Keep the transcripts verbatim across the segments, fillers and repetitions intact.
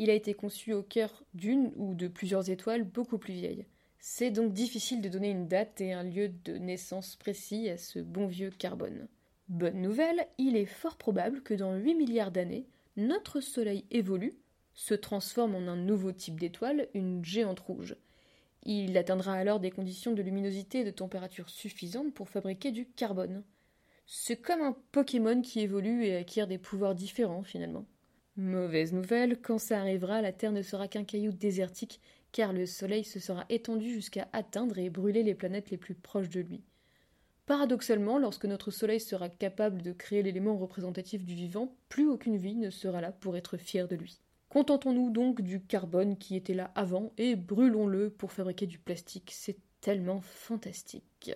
Il a été conçu au cœur d'une ou de plusieurs étoiles beaucoup plus vieilles. C'est donc difficile de donner une date et un lieu de naissance précis à ce bon vieux carbone. Bonne nouvelle, il est fort probable que dans huit milliards d'années, notre Soleil évolue, se transforme en un nouveau type d'étoile, une géante rouge. Il atteindra alors des conditions de luminosité et de température suffisantes pour fabriquer du carbone. C'est comme un Pokémon qui évolue et acquiert des pouvoirs différents finalement. Mauvaise nouvelle, quand ça arrivera, la Terre ne sera qu'un caillou désertique car le Soleil se sera étendu jusqu'à atteindre et brûler les planètes les plus proches de lui. Paradoxalement, lorsque notre Soleil sera capable de créer l'élément représentatif du vivant, plus aucune vie ne sera là pour être fière de lui. Contentons-nous donc du carbone qui était là avant et brûlons-le pour fabriquer du plastique, c'est tellement fantastique.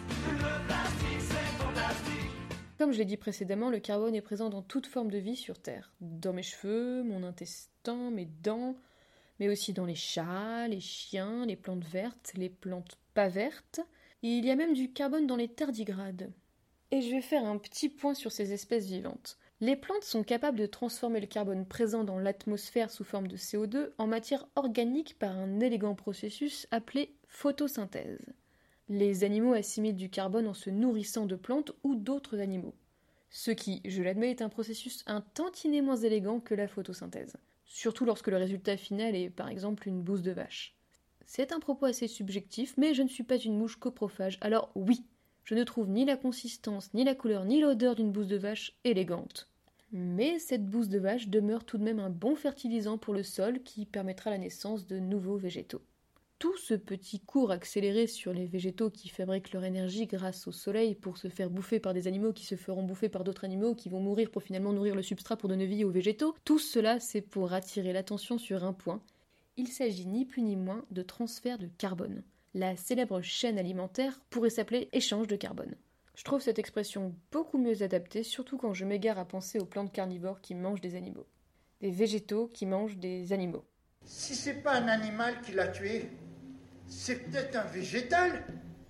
Comme je l'ai dit précédemment, le carbone est présent dans toute forme de vie sur Terre. Dans mes cheveux, mon intestin, mes dents, mais aussi dans les chats, les chiens, les plantes vertes, les plantes pas vertes. Et il y a même du carbone dans les tardigrades. Et je vais faire un petit point sur ces espèces vivantes. Les plantes sont capables de transformer le carbone présent dans l'atmosphère sous forme de C O deux en matière organique par un élégant processus appelé photosynthèse. Les animaux assimilent du carbone en se nourrissant de plantes ou d'autres animaux. Ce qui, je l'admets, est un processus un tantinet moins élégant que la photosynthèse. Surtout lorsque le résultat final est par exemple une bouse de vache. C'est un propos assez subjectif, mais je ne suis pas une mouche coprophage, alors oui, je ne trouve ni la consistance, ni la couleur, ni l'odeur d'une bouse de vache élégante. Mais cette bouse de vache demeure tout de même un bon fertilisant pour le sol qui permettra la naissance de nouveaux végétaux. Tout ce petit cours accéléré sur les végétaux qui fabriquent leur énergie grâce au soleil pour se faire bouffer par des animaux qui se feront bouffer par d'autres animaux qui vont mourir pour finalement nourrir le substrat pour donner vie aux végétaux, tout cela c'est pour attirer l'attention sur un point. Il s'agit ni plus ni moins de transfert de carbone. La célèbre chaîne alimentaire pourrait s'appeler échange de carbone. Je trouve cette expression beaucoup mieux adaptée, surtout quand je m'égare à penser aux plantes carnivores qui mangent des animaux. Des végétaux qui mangent des animaux. Si c'est pas un animal qui l'a tué, c'est peut-être un végétal.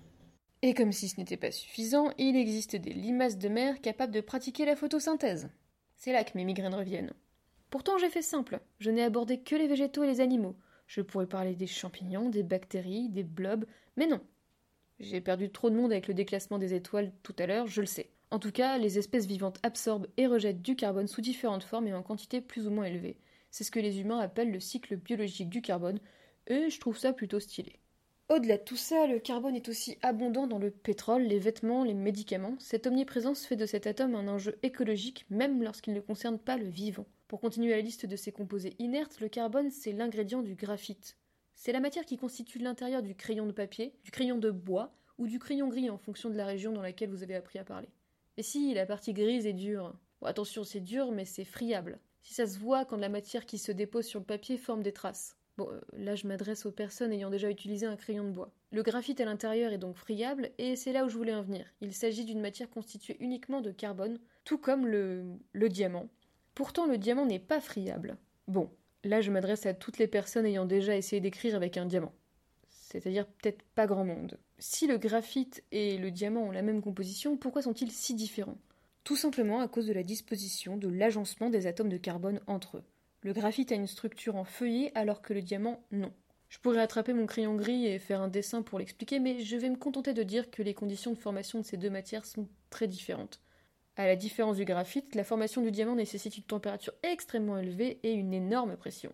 Et comme si ce n'était pas suffisant, il existe des limaces de mer capables de pratiquer la photosynthèse. C'est là que mes migraines reviennent. Pourtant j'ai fait simple, je n'ai abordé que les végétaux et les animaux. Je pourrais parler des champignons, des bactéries, des blobs, mais non. J'ai perdu trop de monde avec le déclassement des étoiles tout à l'heure, je le sais. En tout cas, les espèces vivantes absorbent et rejettent du carbone sous différentes formes et en quantité plus ou moins élevée. C'est ce que les humains appellent le cycle biologique du carbone, et je trouve ça plutôt stylé. Au-delà de tout ça, le carbone est aussi abondant dans le pétrole, les vêtements, les médicaments. Cette omniprésence fait de cet atome un enjeu écologique, même lorsqu'il ne concerne pas le vivant. Pour continuer la liste de ces composés inertes, le carbone, c'est l'ingrédient du graphite. C'est la matière qui constitue l'intérieur du crayon de papier, du crayon de bois ou du crayon gris en fonction de la région dans laquelle vous avez appris à parler. Et si, la partie grise est dure. Bon, attention, c'est dur, mais c'est friable. Si ça se voit quand la matière qui se dépose sur le papier forme des traces. Bon, euh, là je m'adresse aux personnes ayant déjà utilisé un crayon de bois. Le graphite à l'intérieur est donc friable, et c'est là où je voulais en venir. Il s'agit d'une matière constituée uniquement de carbone, tout comme le, le diamant. Pourtant, le diamant n'est pas friable. Bon, là je m'adresse à toutes les personnes ayant déjà essayé d'écrire avec un diamant. C'est-à-dire peut-être pas grand monde. Si le graphite et le diamant ont la même composition, pourquoi sont-ils si différents ? Tout simplement à cause de la disposition, de l'agencement des atomes de carbone entre eux. Le graphite a une structure en feuillet alors que le diamant, non. Je pourrais attraper mon crayon gris et faire un dessin pour l'expliquer, mais je vais me contenter de dire que les conditions de formation de ces deux matières sont très différentes. À la différence du graphite, la formation du diamant nécessite une température extrêmement élevée et une énorme pression.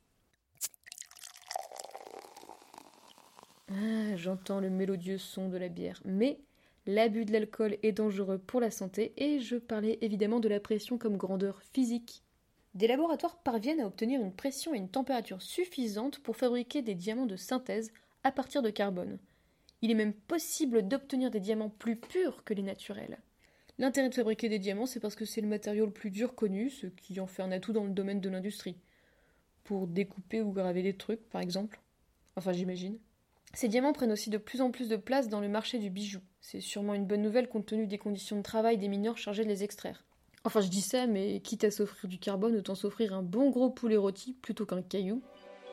Ah, j'entends le mélodieux son de la bière, mais l'abus de l'alcool est dangereux pour la santé et je parlais évidemment de la pression comme grandeur physique. Des laboratoires parviennent à obtenir une pression et une température suffisantes pour fabriquer des diamants de synthèse à partir de carbone. Il est même possible d'obtenir des diamants plus purs que les naturels. L'intérêt de fabriquer des diamants, c'est parce que c'est le matériau le plus dur connu, ce qui en fait un atout dans le domaine de l'industrie. Pour découper ou graver des trucs, par exemple. Enfin, j'imagine. Ces diamants prennent aussi de plus en plus de place dans le marché du bijou. C'est sûrement une bonne nouvelle compte tenu des conditions de travail des mineurs chargés de les extraire. Enfin, je dis ça, mais quitte à s'offrir du carbone, autant s'offrir un bon gros poulet rôti plutôt qu'un caillou.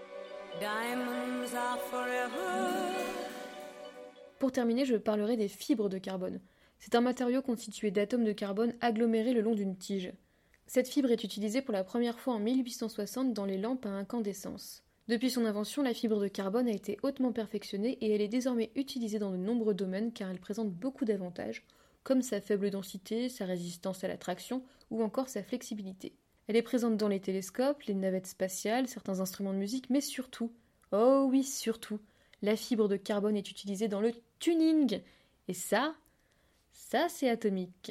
Pour terminer, je parlerai des fibres de carbone. C'est un matériau constitué d'atomes de carbone agglomérés le long d'une tige. Cette fibre est utilisée pour la première fois en mille huit cent soixante dans les lampes à incandescence. Depuis son invention, la fibre de carbone a été hautement perfectionnée et elle est désormais utilisée dans de nombreux domaines car elle présente beaucoup d'avantages, comme sa faible densité, sa résistance à la traction ou encore sa flexibilité. Elle est présente dans les télescopes, les navettes spatiales, certains instruments de musique, mais surtout, oh oui surtout, la fibre de carbone est utilisée dans le tuning. Et ça, ça c'est atomique.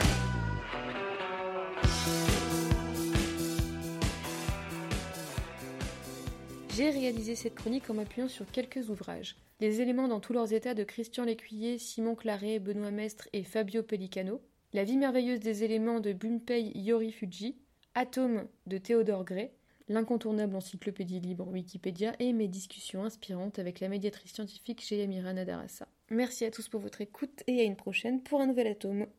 J'ai réalisé cette chronique en m'appuyant sur quelques ouvrages. Les éléments dans tous leurs états de Christian Lécuyer, Simon Claret, Benoît Mestre et Fabio Pellicano, La vie merveilleuse des éléments de Bunpei Yorifuji, Atome de Theodore Gray, l'incontournable encyclopédie libre Wikipédia et mes discussions inspirantes avec la médiatrice scientifique Jayamira Nadarasa. Merci à tous pour votre écoute et à une prochaine pour un nouvel atome.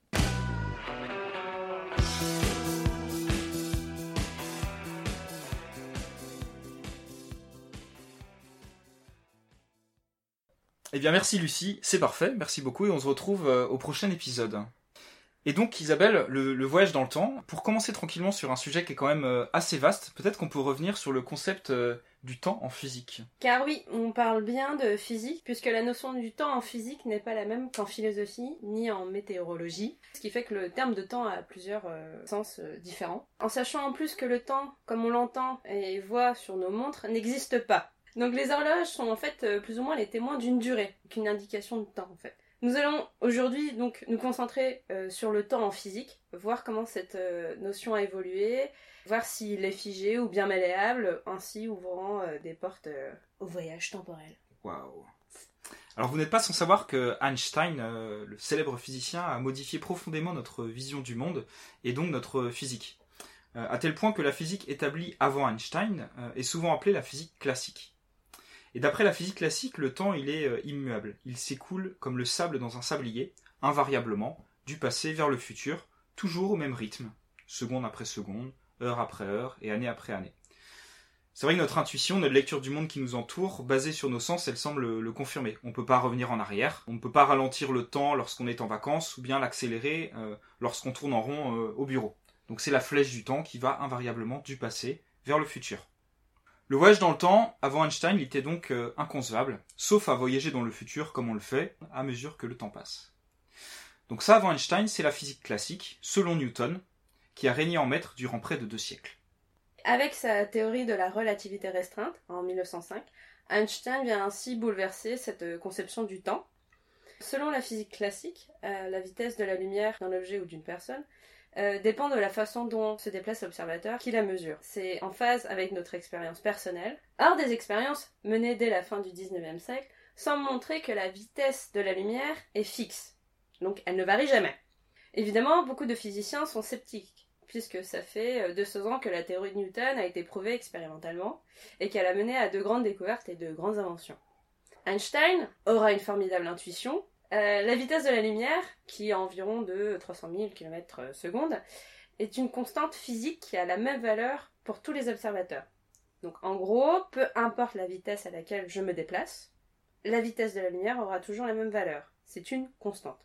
Eh bien merci Lucie, c'est parfait, merci beaucoup et on se retrouve euh, au prochain épisode. Et donc Isabelle, le, le voyage dans le temps, pour commencer tranquillement sur un sujet qui est quand même euh, assez vaste, peut-être qu'on peut revenir sur le concept euh, du temps en physique. Car oui, on parle bien de physique, puisque la notion du temps en physique n'est pas la même qu'en philosophie, ni en météorologie, ce qui fait que le terme de temps a plusieurs euh, sens euh, différents. En sachant en plus que le temps, comme on l'entend et voit sur nos montres, n'existe pas. Donc les horloges sont en fait euh, plus ou moins les témoins d'une durée, qu'une indication de temps en fait. Nous allons aujourd'hui donc nous concentrer euh, sur le temps en physique, voir comment cette euh, notion a évolué, voir s'il est figé ou bien malléable, ainsi ouvrant euh, des portes euh, au voyage temporel. Waouh. Alors vous n'êtes pas sans savoir que Einstein, euh, le célèbre physicien, a modifié profondément notre vision du monde et donc notre physique. Euh, à tel point que la physique établie avant Einstein euh, est souvent appelée la physique classique. Et d'après la physique classique, le temps il est euh, immuable. Il s'écoule comme le sable dans un sablier, invariablement, du passé vers le futur, toujours au même rythme, seconde après seconde, heure après heure et année après année. C'est vrai que notre intuition, notre lecture du monde qui nous entoure, basée sur nos sens, elle semble le, le confirmer. On ne peut pas revenir en arrière, on ne peut pas ralentir le temps lorsqu'on est en vacances, ou bien l'accélérer euh, lorsqu'on tourne en rond euh, au bureau. Donc c'est la flèche du temps qui va invariablement du passé vers le futur. Le voyage dans le temps, avant Einstein, il était donc euh, inconcevable, sauf à voyager dans le futur comme on le fait, à mesure que le temps passe. Donc ça, avant Einstein, c'est la physique classique, selon Newton, qui a régné en maître durant près de deux siècles. Avec sa théorie de la relativité restreinte, en mille neuf cent cinq, Einstein vient ainsi bouleverser cette conception du temps. Selon la physique classique, euh, la vitesse de la lumière d'un objet ou d'une personne Euh, dépend de la façon dont se déplace l'observateur qui la mesure. C'est en phase avec notre expérience personnelle. Or, des expériences menées dès la fin du dix-neuvième siècle semblent montrer que la vitesse de la lumière est fixe. Donc, elle ne varie jamais. Évidemment, beaucoup de physiciens sont sceptiques, puisque ça fait deux cents ans que la théorie de Newton a été prouvée expérimentalement et qu'elle a mené à de grandes découvertes et de grandes inventions. Einstein aura une formidable intuition. Euh, la vitesse de la lumière, qui est environ de trois cent mille kilomètres par seconde, est une constante physique qui a la même valeur pour tous les observateurs. Donc en gros, peu importe la vitesse à laquelle je me déplace, la vitesse de la lumière aura toujours la même valeur. C'est une constante.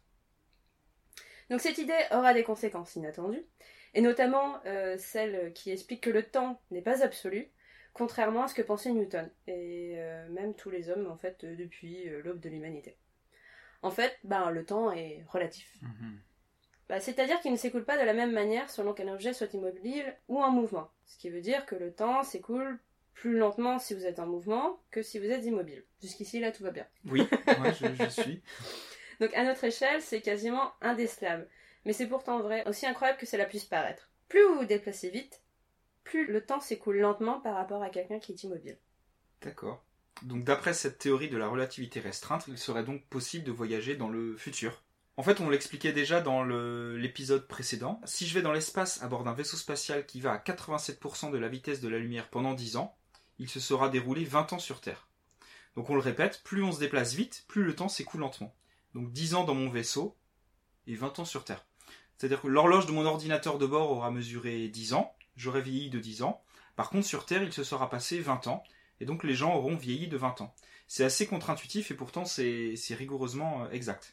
Donc cette idée aura des conséquences inattendues, et notamment euh, celle qui explique que le temps n'est pas absolu, contrairement à ce que pensait Newton, et euh, même tous les hommes en fait depuis euh, l'aube de l'humanité. En fait, ben, le temps est relatif. Mmh. Bah, c'est-à-dire qu'il ne s'écoule pas de la même manière selon qu'un objet soit immobile ou en mouvement. Ce qui veut dire que le temps s'écoule plus lentement si vous êtes en mouvement que si vous êtes immobile. Jusqu'ici, là, tout va bien. Oui, ouais, je, je suis. Donc, à notre échelle, c'est quasiment indécelable. Mais c'est pourtant vrai, aussi incroyable que cela puisse paraître. Plus vous vous déplacez vite, plus le temps s'écoule lentement par rapport à quelqu'un qui est immobile. D'accord. Donc d'après cette théorie de la relativité restreinte, il serait donc possible de voyager dans le futur. En fait, on l'expliquait déjà dans le, l'épisode précédent. Si je vais dans l'espace à bord d'un vaisseau spatial qui va à quatre-vingt-sept pour cent de la vitesse de la lumière pendant dix ans, il se sera déroulé vingt ans sur Terre. Donc on le répète, plus on se déplace vite, plus le temps s'écoule lentement. Donc dix ans dans mon vaisseau et vingt ans sur Terre. C'est-à-dire que l'horloge de mon ordinateur de bord aura mesuré dix ans, j'aurai vieilli de dix ans. Par contre, sur Terre, il se sera passé vingt ans. Et donc les gens auront vieilli de vingt ans. C'est assez contre-intuitif et pourtant c'est, c'est rigoureusement exact.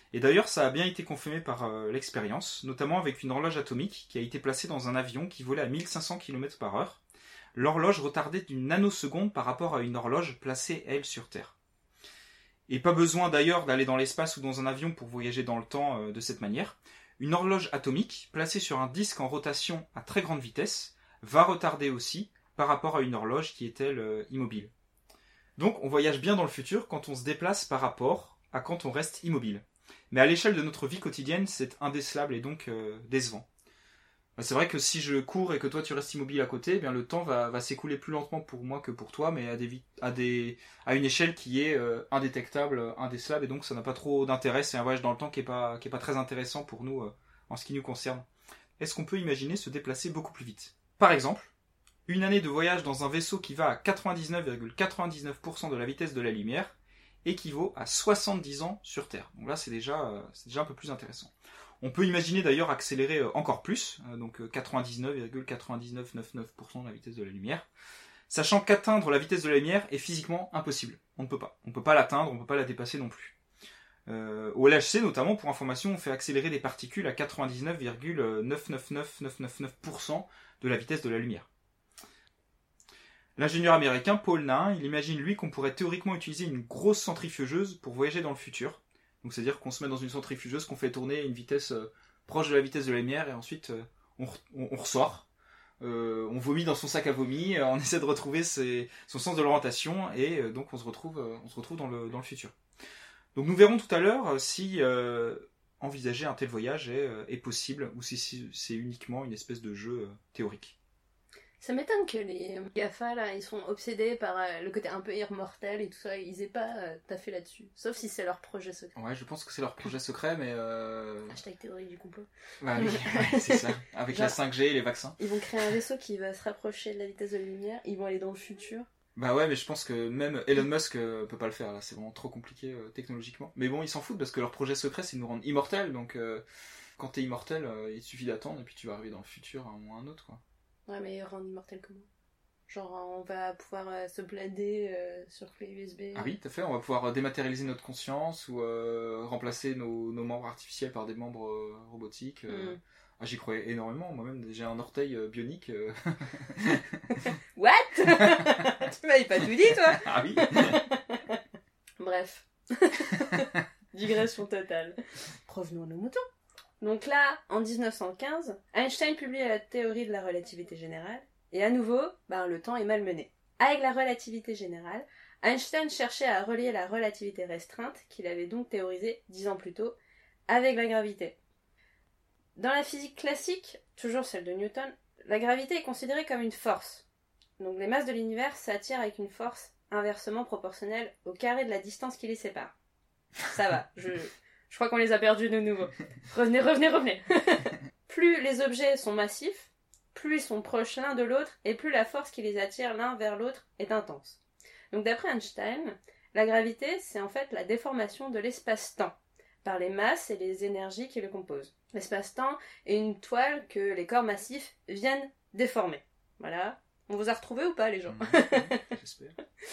Et d'ailleurs, ça a bien été confirmé par euh, l'expérience, notamment avec une horloge atomique qui a été placée dans un avion qui volait à mille cinq cents kilomètres par heure. L'horloge retardait d'une nanoseconde par rapport à une horloge placée, elle, sur Terre. Et pas besoin d'ailleurs d'aller dans l'espace ou dans un avion pour voyager dans le temps euh, de cette manière. Une horloge atomique, placée sur un disque en rotation à très grande vitesse, va retarder aussi par rapport à une horloge qui est, elle, euh, immobile. Donc on voyage bien dans le futur quand on se déplace par rapport à quand on reste immobile. Mais à l'échelle de notre vie quotidienne, c'est indécelable et donc euh, décevant. C'est vrai que si je cours et que toi tu restes immobile à côté, eh bien le temps va, va s'écouler plus lentement pour moi que pour toi, mais à, des, à, des, à une échelle qui est euh, indétectable, indécelable, et donc ça n'a pas trop d'intérêt. C'est un voyage dans le temps qui n'est pas, qui est pas très intéressant pour nous euh, en ce qui nous concerne. Est-ce qu'on peut imaginer se déplacer beaucoup plus vite ? Par exemple, une année de voyage dans un vaisseau qui va à quatre-vingt-dix-neuf virgule quatre-vingt-dix-neuf pour cent de la vitesse de la lumière équivaut à soixante-dix ans sur Terre. Donc là, c'est déjà, euh, c'est déjà un peu plus intéressant. On peut imaginer d'ailleurs accélérer euh, encore plus, euh, donc euh, quatre-vingt-dix-neuf virgule quatre-vingt-dix-neuf cent quatre-vingt-dix-neuf pour cent de la vitesse de la lumière, sachant qu'atteindre la vitesse de la lumière est physiquement impossible. On ne peut pas. On ne peut pas l'atteindre, on ne peut pas la dépasser non plus. Euh, au L H C notamment, pour information, on fait accélérer des particules à quatre-vingt-dix-neuf virgule neuf cent quatre-vingt-dix-neuf mille neuf cent quatre-vingt-dix-neuf pour cent de la vitesse de la lumière. L'ingénieur américain Paul Nain, il imagine lui qu'on pourrait théoriquement utiliser une grosse centrifugeuse pour voyager dans le futur. Donc c'est-à-dire qu'on se met dans une centrifugeuse, qu'on fait tourner à une vitesse euh, proche de la vitesse de la lumière et ensuite euh, on, on, on ressort. Euh, on vomit dans son sac à vomi, euh, on essaie de retrouver ses, son sens de l'orientation et euh, donc on se retrouve, euh, on se retrouve dans, le, dans le futur. Donc nous verrons tout à l'heure euh, si euh, envisager un tel voyage est, euh, est possible ou si, si c'est uniquement une espèce de jeu euh, théorique. Ça m'étonne que les GAFA, là, ils sont obsédés par euh, le côté un peu immortel et tout ça, ils aient pas euh, taffé là-dessus. Sauf si c'est leur projet secret. Ouais, je pense que c'est leur projet secret, mais... Euh... Hashtag théorie du complot. Ouais, oui, ouais, c'est ça. Avec Genre, la cinq G et les vaccins. Ils vont créer un vaisseau qui va se rapprocher de la vitesse de la lumière, ils vont aller dans le futur. Bah ouais, mais je pense que même Elon Musk euh, peut pas le faire, là. C'est vraiment trop compliqué euh, technologiquement. Mais bon, ils s'en foutent parce que leur projet secret, c'est de nous rendre immortels, donc euh, quand t'es immortel, euh, il suffit d'attendre et puis tu vas arriver dans le futur à un moment ou à un autre, quoi. Ouais, mais rendre immortel comment ? Genre, on va pouvoir euh, se blader euh, sur clé U S B. Ah oui, tout à fait. On va pouvoir dématérialiser notre conscience ou euh, remplacer nos, nos membres artificiels par des membres euh, robotiques. Euh. Mm. Ah, j'y croyais énormément. Moi-même, j'ai un orteil euh, bionique. Euh... What ? Tu m'avais pas tout dit, toi ? Ah oui. Bref. Digression totale. Revenons à nos moutons. Donc là, en dix-neuf cent quinze, Einstein publie la théorie de la relativité générale. Et à nouveau, ben, le temps est malmené. Avec la relativité générale, Einstein cherchait à relier la relativité restreinte, qu'il avait donc théorisée dix ans plus tôt, avec la gravité. Dans la physique classique, toujours celle de Newton, la gravité est considérée comme une force. Donc les masses de l'univers s'attirent avec une force inversement proportionnelle au carré de la distance qui les sépare. Ça va, je, je crois qu'on les a perdus de nouveau. Revenez, revenez, revenez. Plus les objets sont massifs, plus ils sont proches l'un de l'autre, et plus la force qui les attire l'un vers l'autre est intense. Donc d'après Einstein, la gravité, c'est en fait la déformation de l'espace-temps, par les masses et les énergies qui le composent. L'espace-temps est une toile que les corps massifs viennent déformer. Voilà. On vous a retrouvé ou pas, les gens ? Mmh, j'espère.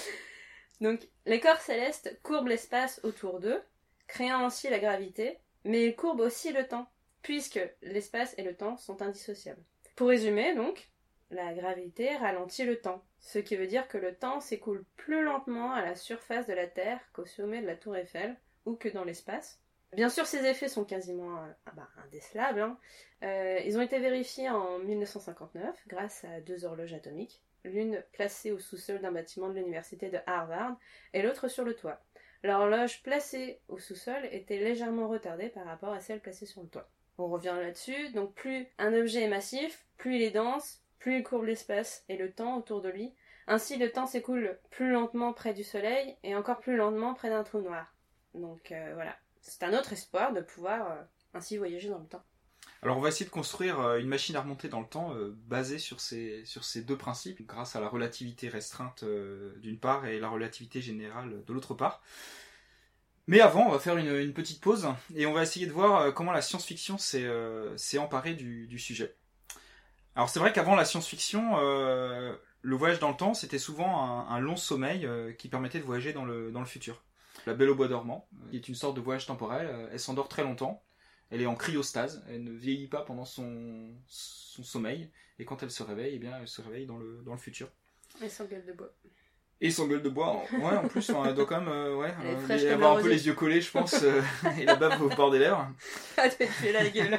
Donc, les corps célestes courbent l'espace autour d'eux, créant ainsi la gravité, mais ils courbent aussi le temps, puisque l'espace et le temps sont indissociables. Pour résumer, donc, la gravité ralentit le temps, ce qui veut dire que le temps s'écoule plus lentement à la surface de la Terre qu'au sommet de la Tour Eiffel, ou que dans l'espace. Bien sûr, ces effets sont quasiment euh, ah bah, indécelables. Hein. Euh, ils ont été vérifiés en mille neuf cent cinquante-neuf grâce à deux horloges atomiques, l'une placée au sous-sol d'un bâtiment de l'université de Harvard et l'autre sur le toit. L'horloge placée au sous-sol était légèrement retardée par rapport à celle placée sur le toit. On revient là-dessus, donc plus un objet est massif, plus il est dense, plus il courbe l'espace et le temps autour de lui. Ainsi, le temps s'écoule plus lentement près du soleil et encore plus lentement près d'un trou noir. Donc euh, voilà. C'est un autre espoir de pouvoir euh, ainsi voyager dans le temps. Alors on va essayer de construire euh, une machine à remonter dans le temps euh, basée sur ces, sur ces deux principes, grâce à la relativité restreinte euh, d'une part et la relativité générale de l'autre part. Mais avant, on va faire une, une petite pause et on va essayer de voir euh, comment la science-fiction s'est, euh, s'est emparée du, du sujet. Alors c'est vrai qu'avant la science-fiction, euh, le voyage dans le temps, c'était souvent un, un long sommeil euh, qui permettait de voyager dans le, dans le futur. La Belle au bois dormant, qui est une sorte de voyage temporel. Elle s'endort très longtemps, elle est en cryostase, elle ne vieillit pas pendant son, son sommeil, et quand elle se réveille, eh bien, elle se réveille dans le, dans le futur. Et sans gueule de bois. Et sans gueule de bois, ouais, en plus, enfin, elle doit quand même euh, ouais, Elle est euh, fraîche y comme avoir la un peu rosée. les yeux collés, je pense, euh, et la bave au bord des lèvres. Ah, tu te fais la gueule.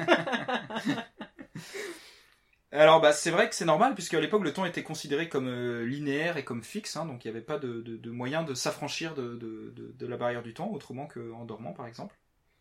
Alors bah c'est vrai que c'est normal puisque à l'époque le temps était considéré comme euh, linéaire et comme fixe, hein, donc il n'y avait pas de, de, de moyen de s'affranchir de, de, de, de la barrière du temps autrement qu'en dormant par exemple.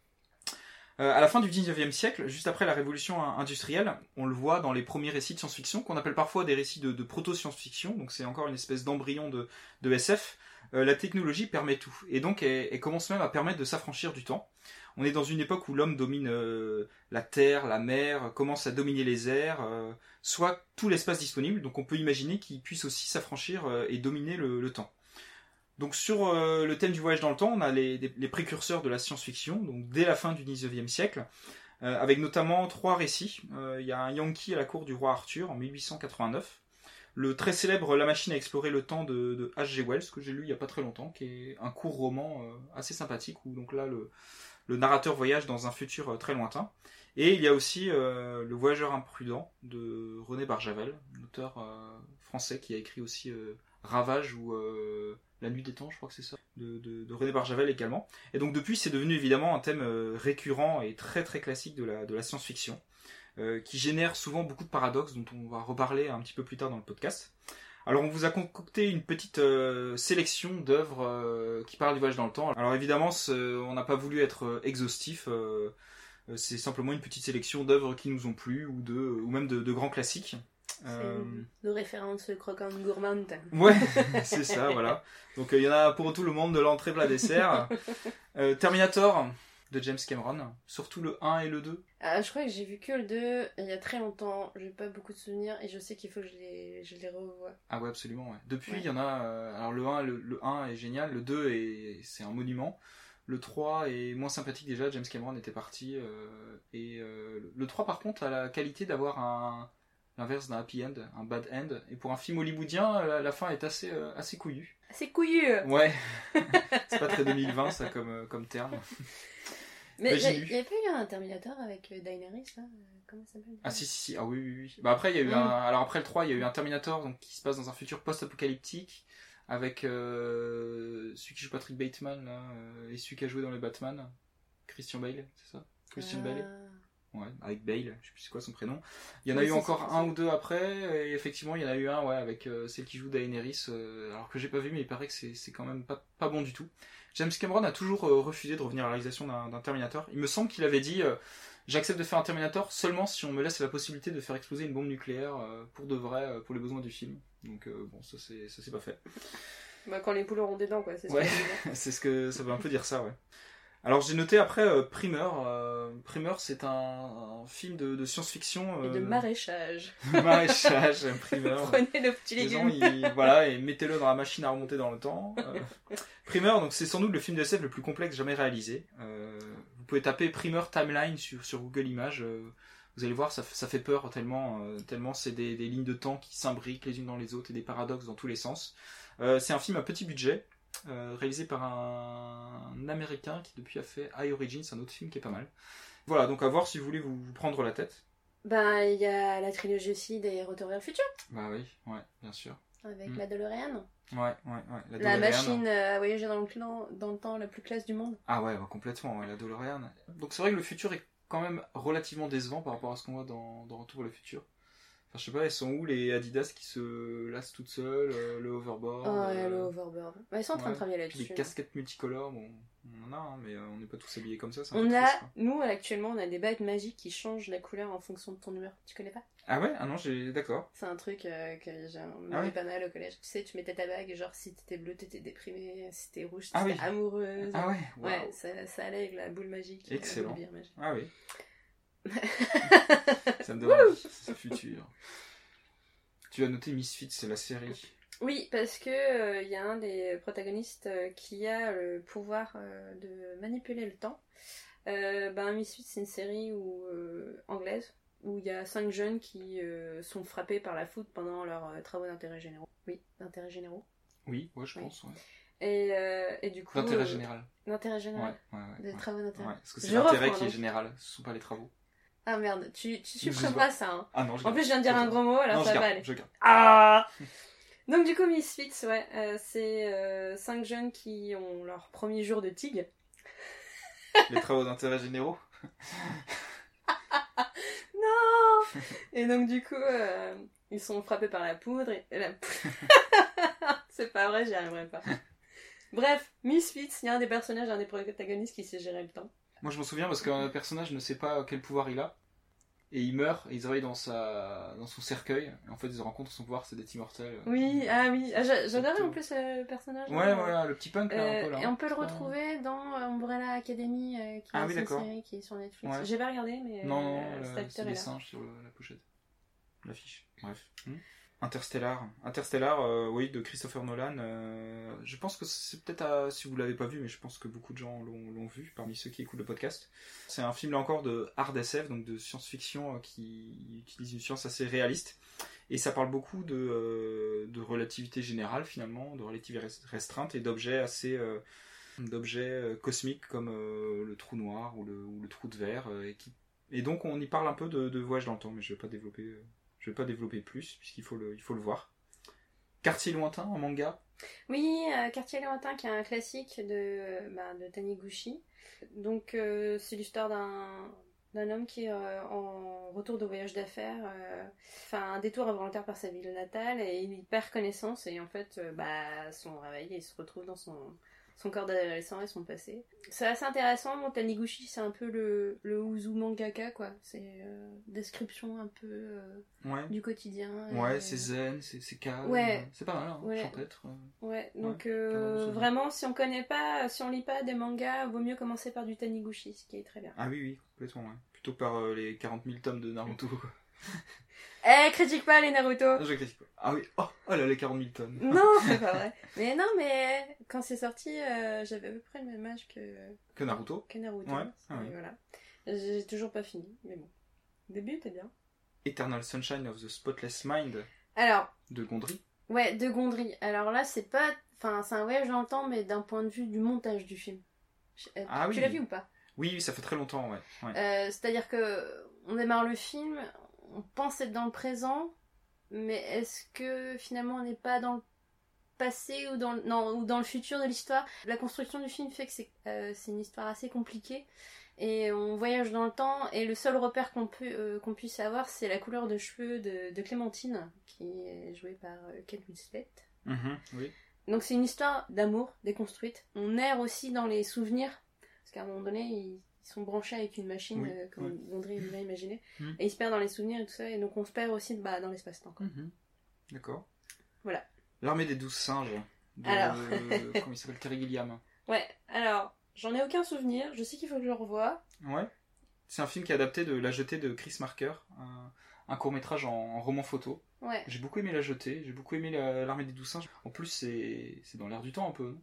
Euh, à la fin du dix-neuvième siècle, juste après la révolution industrielle, on le voit dans les premiers récits de science-fiction qu'on appelle parfois des récits de, de proto-science-fiction, donc c'est encore une espèce d'embryon de, de S F. Euh, la technologie permet tout et donc elle, elle commence même à permettre de s'affranchir du temps. On est dans une époque où l'homme domine euh, la terre, la mer, commence à dominer les airs, euh, soit tout l'espace disponible. Donc on peut imaginer qu'il puisse aussi s'affranchir euh, et dominer le, le temps. Donc sur euh, le thème du voyage dans le temps, on a les, les, les précurseurs de la science-fiction, donc dès la fin du dix-neuvième siècle, euh, avec notamment trois récits. Euh, il y a un Yankee à la cour du roi Arthur en mille huit cent quatre-vingt-neuf. Le très célèbre La machine à explorer le temps de, de H G Wells, que j'ai lu il n'y a pas très longtemps, qui est un court roman euh, assez sympathique, où donc là le... Le narrateur voyage dans un futur très lointain. Et il y a aussi euh, Le voyageur imprudent de René Barjavel, un auteur euh, français qui a écrit aussi euh, Ravage ou euh, La nuit des temps, je crois que c'est ça, de, de, de René Barjavel également. Et donc depuis, c'est devenu évidemment un thème euh, récurrent et très très classique de la, de la science-fiction, euh, qui génère souvent beaucoup de paradoxes dont on va reparler un petit peu plus tard dans le podcast. Alors on vous a concocté une petite euh, sélection d'œuvres euh, qui parlent du voyage dans le temps. Alors évidemment, on n'a pas voulu être euh, exhaustif, euh, c'est simplement une petite sélection d'œuvres qui nous ont plu ou, de, ou même de, de grands classiques. Euh... De référence croquante gourmande. Ouais, c'est ça, voilà. Donc il euh, y en a pour tout le monde, de l'entrée plat dessert. Euh, Terminator de James Cameron, surtout le un et le deux. Ah, je crois que j'ai vu que le deux il y a très longtemps, j'ai pas beaucoup de souvenirs et je sais qu'il faut que je les, je les revoie. Ah ouais, absolument, ouais. Depuis, il ouais. y en a... Euh, alors le un, le, le un est génial, le deux, est, c'est un monument. Le trois est moins sympathique déjà, James Cameron était parti. Euh, et euh, le trois, par contre, a la qualité d'avoir un... l'inverse d'un happy end, un bad end. Et pour un film hollywoodien, la, la fin est assez, euh, assez couillue. Assez couillu. Ouais. C'est pas très deux mille vingt, ça, comme, euh, comme terme. Mais il n'y a pas eu un Terminator avec euh, Daenerys, là euh, comment ça s'appelle? Ah si, si, si, ah oui, oui, oui. Bah après, il y a eu mm. un... Alors après le trois, il y a eu un Terminator donc, qui se passe dans un futur post-apocalyptique, avec euh, celui qui joue Patrick Bateman, là, euh, et celui qui a joué dans les Batman, Christian Bale, c'est ça? Christian ah. Bale. Ouais, avec Bale, je sais plus c'est quoi son prénom. Il y en a oui, eu c'est encore c'est un ou deux après, et effectivement il y en a eu un ouais, avec euh, celle qui joue Daenerys, euh, alors que j'ai pas vu, mais il paraît que c'est, c'est quand même pas, pas bon du tout. James Cameron a toujours euh, refusé de revenir à la réalisation d'un, d'un Terminator. Il me semble qu'il avait dit euh, j'accepte de faire un Terminator seulement si on me laisse la possibilité de faire exploser une bombe nucléaire euh, pour de vrai, euh, pour les besoins du film. Donc euh, bon, ça c'est, ça c'est pas fait. Bah quand les poules auront des dents, quoi. C'est ce ouais, que c'est ce que ça veut un peu dire ça, ouais. Alors j'ai noté après euh, Primer. Euh, Primer, c'est un, un film de, de science-fiction. Euh, et de maraîchage. maraîchage, Primer. Prenez le petit légume. Il, voilà, et mettez-le dans la machine à remonter dans le temps. Euh, Primer, donc c'est sans doute le film de S F le plus complexe jamais réalisé. Euh, vous pouvez taper Primer Timeline sur, sur Google Images. Euh, vous allez voir, ça, ça fait peur tellement, euh, tellement c'est des, des lignes de temps qui s'imbriquent les unes dans les autres et des paradoxes dans tous les sens. Euh, c'est un film à petit budget. Euh, réalisé par un... un américain qui depuis a fait High Origins, un autre film qui est pas mal. Voilà, donc à voir si vous voulez vous, vous prendre la tête. Ben, il y a la trilogie aussi des Retours vers le futur. Bah oui, ouais, bien sûr. Avec mm. la DeLorean. Ouais, ouais, ouais. La, la machine à voyager dans le, clan, dans le temps la plus classe du monde. Ah ouais, ouais complètement, ouais, la DeLorean. Donc c'est vrai que le futur est quand même relativement décevant par rapport à ce qu'on voit dans, dans Retour vers le futur. Enfin, je sais pas, elles sont où les Adidas qui se lassent toutes seules, euh, le hoverboard. Oh ouais, euh... le hoverboard. Bah, ils sont en train ouais. de travailler là-dessus. Puis les casquettes multicolores, bon, on en a, hein, mais euh, on n'est pas tous habillés comme ça. C'est un on peu a, triste, nous actuellement, on a des bagues magiques qui changent la couleur en fonction de ton humeur. Tu connais pas? Ah ouais? Ah non, j'ai... d'accord. C'est un truc euh, que j'ai ah ouais. pas mal au collège. Tu sais, tu mettais ta bague, genre si t'étais bleu, t'étais déprimée, si t'étais rouge, ah t'étais oui. amoureuse. Ah ouais? Wow. Ouais, ça, ça allait avec la boule magique. Excellent. La boule bière magique. Ah oui. Ça me donne envie, c'est futur. Tu as noté Misfits, c'est la série. Oui, parce que il euh, y a un des protagonistes euh, qui a le pouvoir euh, de manipuler le temps. Euh, ben, Misfits, c'est une série où, euh, anglaise où il y a cinq jeunes qui euh, sont frappés par la foudre pendant leurs euh, travaux d'intérêt généraux. Oui, d'intérêt généraux. Oui, ouais, je oui. pense. Ouais. Et, euh, et du coup... D'intérêt euh, général. D'intérêt Ouais, général. ouais, ouais. Des ouais. travaux d'intérêt. Ouais, parce que c'est Je l'intérêt reprends, qui est donc. général, ce sont pas les travaux. Ah merde, tu, tu Je sais supprimeras pas. ça. Hein. Ah non, je En garde. plus, je viens de dire un gros mot, alors non, ça je va garde, aller. je garde. Ah. Donc du coup, Misfits, ouais, euh, c'est euh, cinq jeunes qui ont leur premier jour de tigre. Les travaux d'intérêt généraux. Non. Et donc du coup, euh, ils sont frappés par la poudre et, et la... C'est pas vrai, j'y arriverai pas. Bref, Misfits, il y a un des personnages, un des protagonistes qui sait gérer le temps. Moi, je m'en souviens parce qu'un personnage ne sait pas quel pouvoir il a. Et il meurt, et il se réveille dans, sa... dans son cercueil. Et en fait, il se rend compte que son pouvoir, c'est d'être immortel. Oui, ah oui, ah, j'a- j'adorais en plus euh, le personnage. Ouais, euh, voilà, le petit punk, là, euh, un peu, là. et on peut le C'est pas- retrouver dans euh, Umbrella Academy, euh, qui Ah est oui, une d'accord. série qui est sur Netflix. Ouais. J'ai pas regardé, mais Non, non, euh, le- cet c'est acteur est des là. singes sur le- la pochette. L'affiche. Bref. Hmm. Interstellar. Interstellar, euh, oui, de Christopher Nolan. euh, je pense que c'est peut-être, à- si vous l'avez pas vu, mais je pense que beaucoup de gens l'ont, l'ont vu, parmi ceux qui écoutent le podcast. C'est un film, là encore, de hard S F, donc de science-fiction, euh, qui utilise une science assez réaliste. Et ça parle beaucoup de, euh, de relativité générale, finalement, de relativité res- restreinte, et d'objets assez... euh, d'objets euh, cosmiques, comme euh, le trou noir ou le, ou le trou de verre. euh, et, qui... et donc, on y parle un peu de, de voyage dans le temps, mais je vais pas développer... euh, Je vais pas développer plus, puisqu'il faut le, il faut le voir. Quartier lointain, en manga. Oui, euh, Quartier lointain, qui est un classique de, bah, de Taniguchi. Donc, euh, c'est l'histoire d'un, d'un homme qui, euh, en retour de voyage d'affaires, euh, fait un détour involontaire par sa ville natale et il perd connaissance. Et en fait, euh, bah, son réveil, il se retrouve dans son, son corps d'adolescent et son passé. C'est assez intéressant. Bon, Taniguchi, c'est un peu le, le Uzu mangaka, quoi. C'est euh, description un peu euh, Ouais. du quotidien. Ouais, et- c'est zen, c'est, c'est calme. Ouais. C'est pas mal, hein, Ouais. champêtre. euh. Ouais, donc Ouais, euh, pas mal de souvenirs. vraiment, si on connaît pas, si on lit pas des mangas, vaut mieux commencer par du Taniguchi, ce qui est très bien. Ah oui, oui, complètement, ouais. Plutôt que par euh, les quarante mille tomes de Naruto. Eh, critique pas les Naruto. Je critique pas. Ah oui, oh, oh là, les quarante mille tomes. Non, c'est pas vrai. Mais non, mais quand c'est sorti, euh, j'avais à peu près le même âge que, Que Naruto. que Naruto. Ouais, ah Et oui. voilà. J'ai toujours pas fini, mais bon. Le début était bien. Eternal Sunshine of the Spotless Mind Alors, de Gondry. ouais, de Gondry. Alors là, c'est pas, enfin, c'est un voyage dans le temps, mais d'un point de vue du montage du film. Euh, Ah tu oui. l'as vu ou pas? Oui, oui, ça fait très longtemps, ouais. ouais. Euh, C'est-à-dire que on démarre le film, on pense être dans le présent, mais est-ce que finalement on n'est pas dans le passé ou dans le, non, ou dans le futur de l'histoire? La construction du film fait que c'est euh, c'est une histoire assez compliquée et on voyage dans le temps et le seul repère qu'on peut euh, qu'on puisse avoir, c'est la couleur de cheveux de, de Clémentine, qui est jouée par euh, Kate Winslet. Mhm, oui. Donc c'est une histoire d'amour déconstruite. On erre aussi dans les souvenirs, parce qu'à un moment donné, ils, ils sont branchés avec une machine, Oui, euh, comme oui. Gondry l'a imaginé, Mm. et ils se perdent dans les souvenirs et tout ça, et donc on se perd aussi bah, dans l'espace-temps. quoi. Mhm. D'accord. Voilà. L'armée des douze singes. De... Alors. Comment il s'appelle? Terry Gilliam. Ouais, alors, j'en ai aucun souvenir, je sais qu'il faut que je le revoie. Ouais. C'est un film qui est adapté de La Jetée de Chris Marker, un, un court-métrage en, en roman photo. Ouais. J'ai beaucoup aimé La Jetée, j'ai beaucoup aimé la- L'Armée des douze singes. En plus, c'est, c'est dans l'air du temps un peu, non?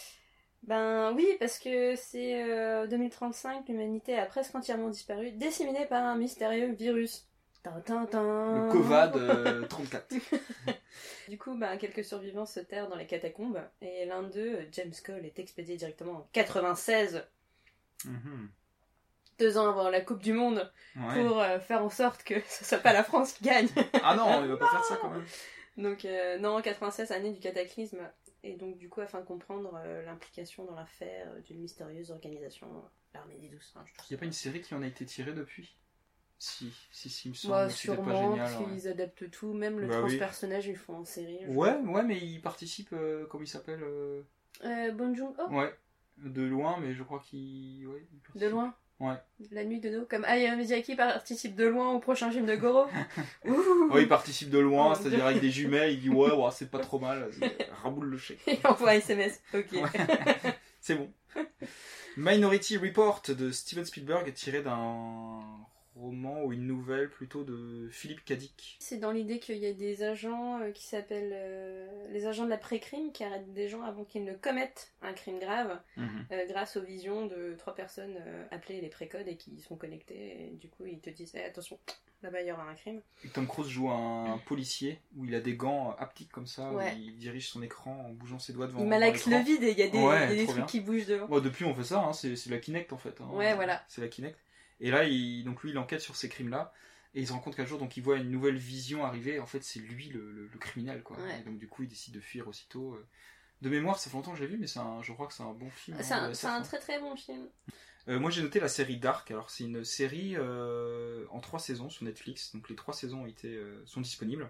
Ben oui, parce que c'est euh, deux mille trente-cinq, l'humanité a presque entièrement disparu, disséminée par un mystérieux virus. Tintintin. Le Covad euh, trente-quatre. Du coup, ben, quelques survivants se terrent dans les catacombes, et l'un d'eux, James Cole, est expédié directement en quatre-vingt-seize, Mhm. deux ans avant la Coupe du Monde, Ouais. pour euh, faire en sorte que ce soit pas la France qui gagne. Ah non, il va pas faire ça quand même. Donc, euh, non, quatre-vingt-seize, année du cataclysme. Et donc, du coup, afin de comprendre euh, l'implication dans l'affaire euh, d'une mystérieuse organisation, euh, l'armée des douze singes. Il n'y a pas une série qui en a été tirée depuis? Si, si, si, il me semble. Bah, que c'était pas sûrement génial. qu'ils Ouais. adaptent tout, même le Bah oui. transpersonnage, ils le font en série. je ouais, ouais, mais il participe, euh, comment il s'appelle euh, crois. Euh, Bong Joon-ho, Ouais, de loin, mais je crois qu'il. Ouais, il participe. de loin. Ouais. La nuit de dos, comme Hayao Miyazaki participe de loin au prochain film de Goro. Ouh. Ouais, il participe de loin, Oh, c'est-à-dire avec des jumelles, il dit ouais, ouais c'est pas trop mal, c'est- raboule le chèque. Et envoie un S M S. Ok. Ouais. C'est bon. Minority Report de Steven Spielberg est tiré d'un roman ou une nouvelle plutôt de Philippe Cadic. C'est dans l'idée qu'il y a des agents euh, qui s'appellent euh, les agents de la pré-crime qui arrêtent des gens avant qu'ils ne commettent un crime grave Mhm. euh, grâce aux visions de trois personnes euh, appelées les précodes et qui sont connectées et du coup ils te disent eh, attention, là-bas il y aura un crime. Et Tom Cruise joue un, un policier où il a des gants haptiques comme ça, Ouais. où il dirige son écran en bougeant ses doigts devant, Il devant malaxe l'écran. le vide et il y a des, Ouais, il y a des trop trucs bien. qui bougent devant. Bon, depuis on fait ça, hein, c'est, c'est la Kinect en fait. Hein. Ouais, voilà. C'est la Kinect. Et là, il, donc lui, il enquête sur ces crimes-là. Et il se rend compte qu'un jour, donc, il voit une nouvelle vision arriver. En fait, c'est lui le, le, le criminel, quoi. Ouais. Et donc, du coup, il décide de fuir aussitôt. De mémoire, ça fait longtemps que je l'ai vu, mais c'est un, je crois que c'est un bon film. C'est hein, un, de c'est S F, un hein. très très bon film. Euh, moi, j'ai noté la série Dark. Alors, c'est une série euh, en trois saisons sur Netflix. Donc, les trois saisons ont été, euh, sont disponibles.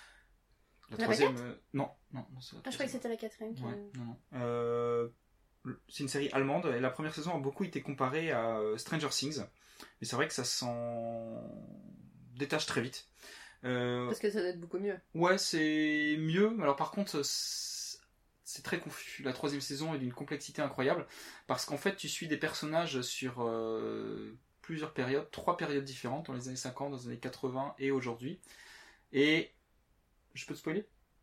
La La troisième. euh, non, non, non, c'est la Ah, je crois que troisième. c'était la quatrième. Qui... Ouais, non, non. Euh, c'est une série allemande et la première saison a beaucoup été comparée à euh, Stranger Things. Mais c'est vrai que ça s'en détache très vite. Euh, Parce que ça doit être beaucoup mieux. ouais, c'est mieux. Mais alors par contre, c'est c'est très confus. La troisième saison est d'une complexité incroyable. Parce qu'en fait, tu suis des personnages sur euh, plusieurs périodes, trois périodes différentes, dans les années cinquante, dans les années quatre-vingts et aujourd'hui. Et... Je peux te spoiler ?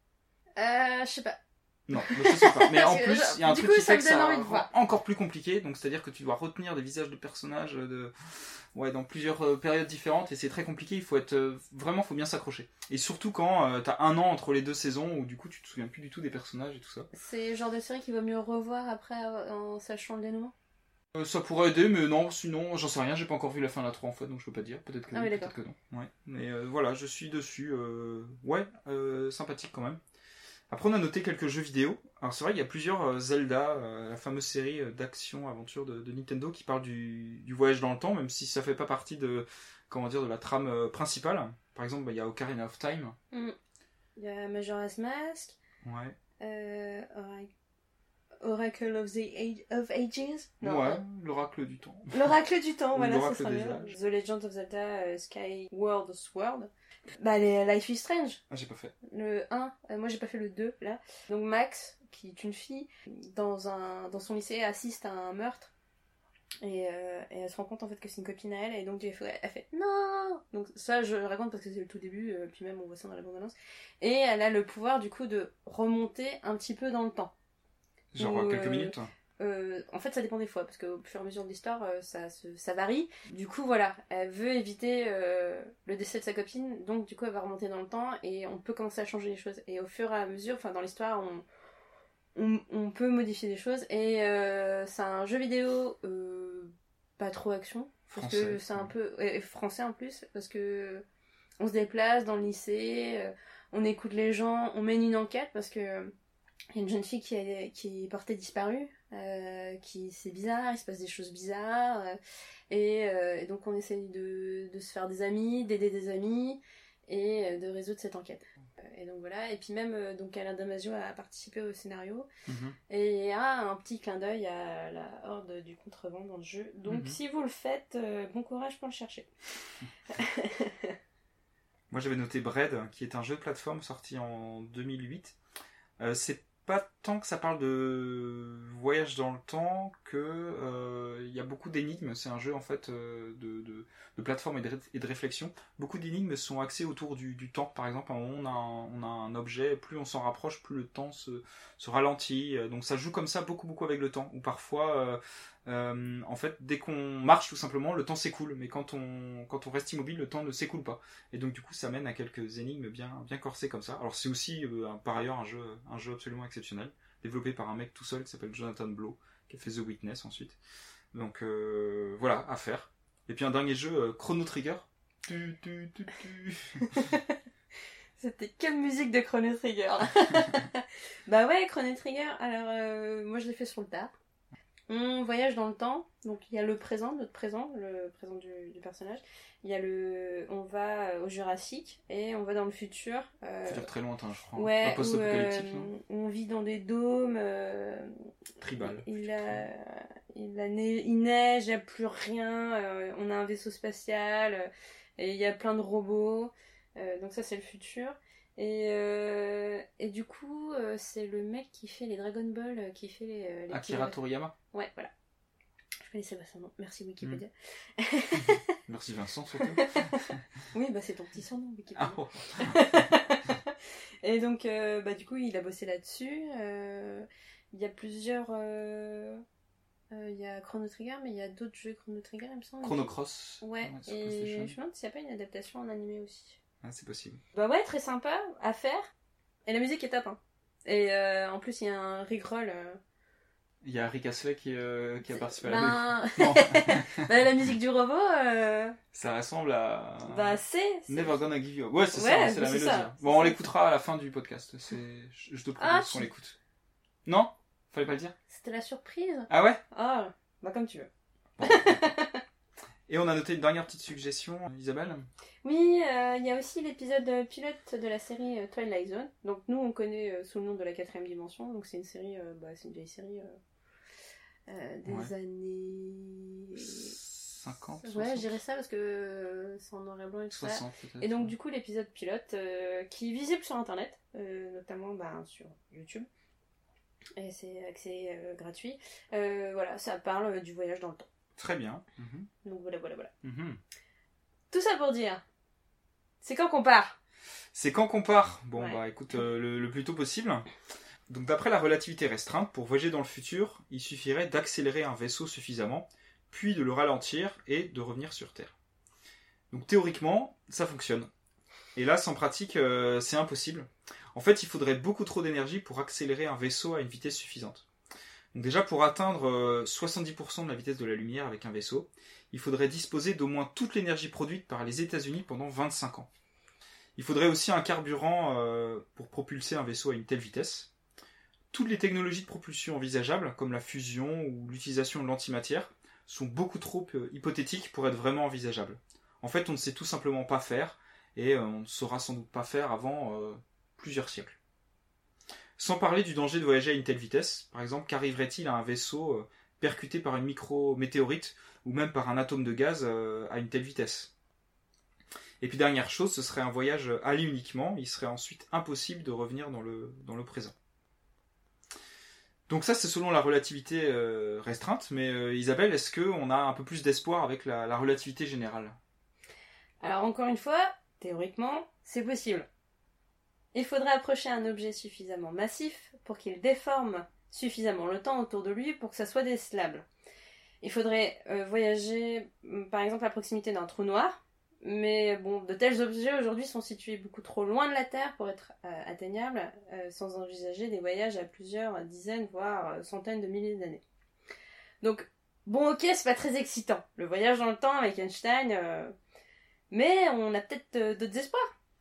Euh, je sais pas. Non, je sais pas. Mais en Parce que, plus, il y a un du truc coup, qui ça fait me que donne ça envie de rend voir. encore plus compliqué. Donc, c'est-à-dire que tu dois retenir des visages de personnages de, ouais, dans plusieurs euh, périodes différentes et c'est très compliqué. Il faut être euh, vraiment, faut bien s'accrocher. Et surtout quand euh, t'as un an entre les deux saisons où du coup tu te souviens plus du tout des personnages et tout ça. C'est le genre de série qu'il vaut mieux revoir après euh, en sachant le dénouement. Euh, ça pourrait aider, mais non, sinon, j'en sais rien. J'ai pas encore vu la fin de la trois en fait, donc je peux pas dire. Peut-être que Ah oui, oui, peut-être d'accord. que non. Ouais. Mais euh, voilà, je suis dessus. Euh... Ouais, euh, sympathique quand même. Après, on a noté quelques jeux vidéo. Alors, c'est vrai qu'il y a plusieurs euh, Zelda, euh, la fameuse série euh, d'action-aventure de, de Nintendo qui parle du, du voyage dans le temps, même si ça fait pas partie de, comment dire, de la trame euh, principale. Par exemple, bah, il y a Ocarina of Time. Mm. Il y a Majora's Mask, Ouais. euh, Orac- Oracle of, the Age- of Ages. Non, ouais, euh, l'oracle du temps. L'Oracle du temps, Ou voilà, l'Oracle ça sera des mieux. âges. The Legend of Zelda euh, Skyward Sword. Bah, les Life is Strange. Ah, j'ai pas fait. Le un, euh, moi j'ai pas fait le deux là. Donc Max, qui est une fille, dans, un, dans son lycée, assiste à un meurtre. Et, euh, et elle se rend compte en fait que c'est une copine à elle. Et donc elle fait, elle fait non. Donc ça je le raconte parce que c'est le tout début. euh, puis même on voit ça dans la bande-annonce. Et elle a le pouvoir du coup de remonter un petit peu dans le temps. Genre Ou, quelques euh, minutes. Euh, en fait, ça dépend des fois, parce qu'au fur et à mesure de l'histoire, euh, ça, se- ça varie. Du coup, voilà, elle veut éviter euh, le décès de sa copine, donc du coup, elle va remonter dans le temps et on peut commencer à changer les choses. Et au fur et à mesure, enfin, dans l'histoire, on, on, on peut modifier des choses. Et euh, c'est un jeu vidéo euh, pas trop action, parce Français, que c'est un ouais. peu et français en plus, parce que on se déplace dans le lycée, euh, on écoute les gens, on mène une enquête, parce que il y a une jeune fille qui est, qui est portée disparue, euh, qui c'est bizarre, il se passe des choses bizarres, euh, et, euh, et donc on essaye de, de se faire des amis, d'aider des amis, et euh, de résoudre cette enquête. Euh, Et donc voilà, et puis même, euh, donc Alain Damasio a participé au scénario, Mhm. et a un petit clin d'œil à la horde du contrevent dans le jeu. Donc Mhm. si vous le faites, euh, bon courage pour le chercher. Moi j'avais noté Bread, qui est un jeu de plateforme sorti en deux mille huit. Euh, c'est pas tant que ça parle de voyage dans le temps que euh, il y a beaucoup d'énigmes. C'est un jeu en fait euh, de, de, de plateforme et de, ré- et de réflexion. Beaucoup d'énigmes sont axées autour du, du temps. Par exemple, à un moment, on a un, on a un objet, plus on s'en rapproche, plus le temps se, se ralentit. Euh, Donc ça joue comme ça beaucoup beaucoup avec le temps. Ou parfois, euh, euh, en fait, dès qu'on marche tout simplement, le temps s'écoule. Mais quand on, quand on reste immobile, le temps ne s'écoule pas. Et donc du coup, ça mène à quelques énigmes bien, bien corsées comme ça. Alors c'est aussi euh, un- par ailleurs un jeu, un jeu absolument exceptionnel, développé par un mec tout seul qui s'appelle Jonathan Blow, qui a fait The Witness ensuite. Donc euh, voilà, à faire. Et puis un dernier jeu, euh, Chrono Trigger. Tu, tu, tu, tu. C'était quelle musique de Chrono Trigger. Bah ouais, Chrono Trigger, alors euh, moi je l'ai fait sur le tard. On voyage dans le temps, donc il y a le présent, notre présent, le présent du, du personnage. Il y a le, on va au Jurassique et on va dans le futur. Euh, Faut dire très lointain, je crois. ouais, Pas où, post-apocalyptique, euh, non on vit dans des dômes. Euh, Tribal. il, a, il, a ne- il neige, il n'y a plus rien. Euh, on a un vaisseau spatial euh, et il y a plein de robots. Euh, donc ça c'est le futur. Et, euh, et du coup, euh, c'est le mec qui fait les Dragon Ball, euh, qui fait les... euh, les Akira petits- Toriyama. Ouais, voilà. Je Oui, c'est pas son nom. Merci Wikipédia. Mmh. Merci Vincent, surtout. Oui, bah c'est ton petit surnom, Wikipédia. Ah, oh. Et donc, euh, bah du coup, il a bossé là-dessus. Euh, il y a plusieurs... Euh... Euh, il y a Chrono Trigger, mais il y a d'autres jeux Chrono Trigger, il me semble. Chrono Cross. Ouais, sur et PlayStation. je me demande s'il n'y a pas une adaptation en animé aussi. Ah, c'est possible. Bah ouais, très sympa à faire. Et la musique est top. Hein. Et euh, en plus, il y a un Rickroll. Euh... Il y a Rick Astley qui, euh, qui a participé à ben... la musique. Non. bah, la musique du robot. Euh... Ça ressemble à. Bah c'est. c'est... Never Gonna Give You Up. Ouais, c'est Ouais, ça, hein, c'est la c'est mélodie. ça, Bon, c'est on ça. l'écoutera à la fin du podcast. C'est... Je te propose Ah, qu'on tu- l'écoute. Non? Fallait pas le dire? C'était la surprise. Ah ouais? Ah, bah comme tu veux. Et on a noté une dernière petite suggestion, Isabelle. Oui, euh, il y a aussi l'épisode pilote de la série euh, Twilight Zone. Donc nous, on connaît euh, sous le nom de la quatrième dimension. Donc c'est une série, euh, bah, c'est une vieille série euh, euh, des Ouais. années cinquante, Ouais, soixante, je dirais ça parce que euh, c'est en noir et blanc et tout ça. soixante peut-être. Et donc du coup, l'épisode pilote euh, qui est visible sur Internet, euh, notamment bah, sur YouTube. Et c'est accès euh, gratuit. Euh, voilà, ça parle du voyage dans le temps. Très bien. Mhm. Donc voilà, voilà, voilà. Mhm. Tout ça pour dire, c'est quand qu'on part. C'est quand qu'on part? Bon, Ouais. bah écoute, euh, le, le plus tôt possible. Donc d'après la relativité restreinte, pour voyager dans le futur, il suffirait d'accélérer un vaisseau suffisamment, puis de le ralentir et de revenir sur Terre. Donc théoriquement, ça fonctionne. Hélas, en pratique, euh, c'est impossible. En fait, il faudrait beaucoup trop d'énergie pour accélérer un vaisseau à une vitesse suffisante. Donc déjà, pour atteindre euh, soixante-dix pour cent de la vitesse de la lumière avec un vaisseau, il faudrait disposer d'au moins toute l'énergie produite par les États-Unis pendant vingt-cinq ans. Il faudrait aussi un carburant euh, pour propulser un vaisseau à une telle vitesse. Toutes les technologies de propulsion envisageables, comme la fusion ou l'utilisation de l'antimatière, sont beaucoup trop euh, hypothétiques pour être vraiment envisageables. En fait, on ne sait tout simplement pas faire, et euh, on ne saura sans doute pas faire avant euh, plusieurs siècles. Sans parler du danger de voyager à une telle vitesse, par exemple, qu'arriverait-il à un vaisseau euh, percuté par une micro-météorite, ou même par un atome de gaz euh, à une telle vitesse? Et puis dernière chose, ce serait un voyage aller uniquement, il serait ensuite impossible de revenir dans le, dans le présent. Donc ça, c'est selon la relativité euh, restreinte, mais euh, Isabelle, est-ce qu'on a un peu plus d'espoir avec la, la relativité générale? Alors encore une fois, théoriquement, c'est possible. Il faudrait approcher un objet suffisamment massif pour qu'il déforme suffisamment le temps autour de lui pour que ça soit décelable. Il faudrait euh, voyager, par exemple, à proximité d'un trou noir, mais bon, de tels objets aujourd'hui sont situés beaucoup trop loin de la Terre pour être euh, atteignables, euh, sans envisager des voyages à plusieurs dizaines, voire centaines de milliers d'années. Donc, bon, ok, c'est pas très excitant, le voyage dans le temps avec Einstein, euh, mais on a peut-être euh, d'autres espoirs.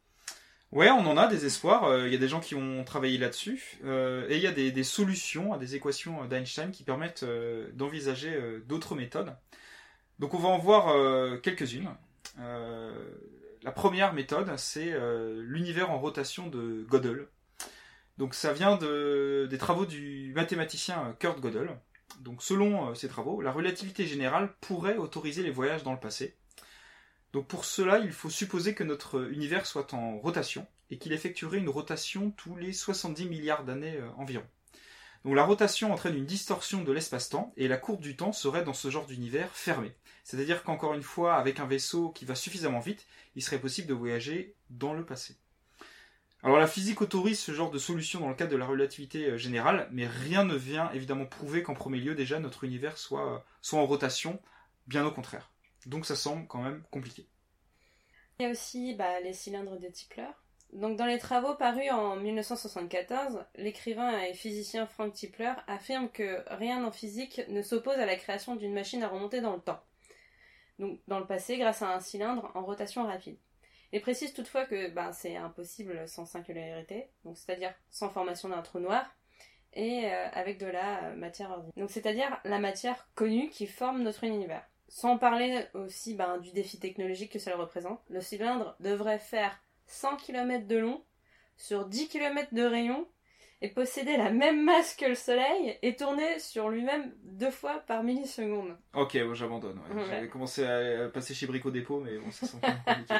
Ouais, on en a des espoirs, il euh, y a des gens qui ont travaillé là-dessus, euh, et il y a des, des solutions à des équations d'Einstein qui permettent euh, d'envisager euh, d'autres méthodes. Donc on va en voir euh, quelques-unes. Euh, la première méthode, c'est euh, l'univers en rotation de Gödel. Donc ça vient de, des travaux du mathématicien Kurt Gödel. Donc selon euh, ces travaux, la relativité générale pourrait autoriser les voyages dans le passé. Donc pour cela, il faut supposer que notre univers soit en rotation et qu'il effectuerait une rotation tous les soixante-dix milliards d'années euh, environ. Donc la rotation entraîne une distorsion de l'espace-temps et la courbe du temps serait dans ce genre d'univers fermé. C'est-à-dire qu'encore une fois, avec un vaisseau qui va suffisamment vite, il serait possible de voyager dans le passé. Alors la physique autorise ce genre de solution dans le cadre de la relativité générale, mais rien ne vient évidemment prouver qu'en premier lieu déjà notre univers soit, soit en rotation, bien au contraire. Donc ça semble quand même compliqué. Il y a aussi bah, les cylindres de Tipler. Donc dans les travaux parus en mille neuf cent soixante-quatorze, l'écrivain et physicien Frank Tipler affirme que rien en physique ne s'oppose à la création d'une machine à remonter dans le temps. Donc dans le passé grâce à un cylindre en rotation rapide. Il précise toutefois que bah, c'est impossible sans singularité, donc c'est-à-dire sans formation d'un trou noir, et euh, avec de la matière ordinaire. Donc c'est-à-dire la matière connue qui forme notre univers. Sans parler aussi ben, du défi technologique que cela représente, le cylindre devrait faire cent kilomètres de long sur dix kilomètres de rayon et posséder la même masse que le Soleil et tourner sur lui-même deux fois par milliseconde. Ok, bon, j'abandonne. Ouais. Ouais. J'avais commencé à passer chez Brico Dépôt, mais bon, ça semble compliqué.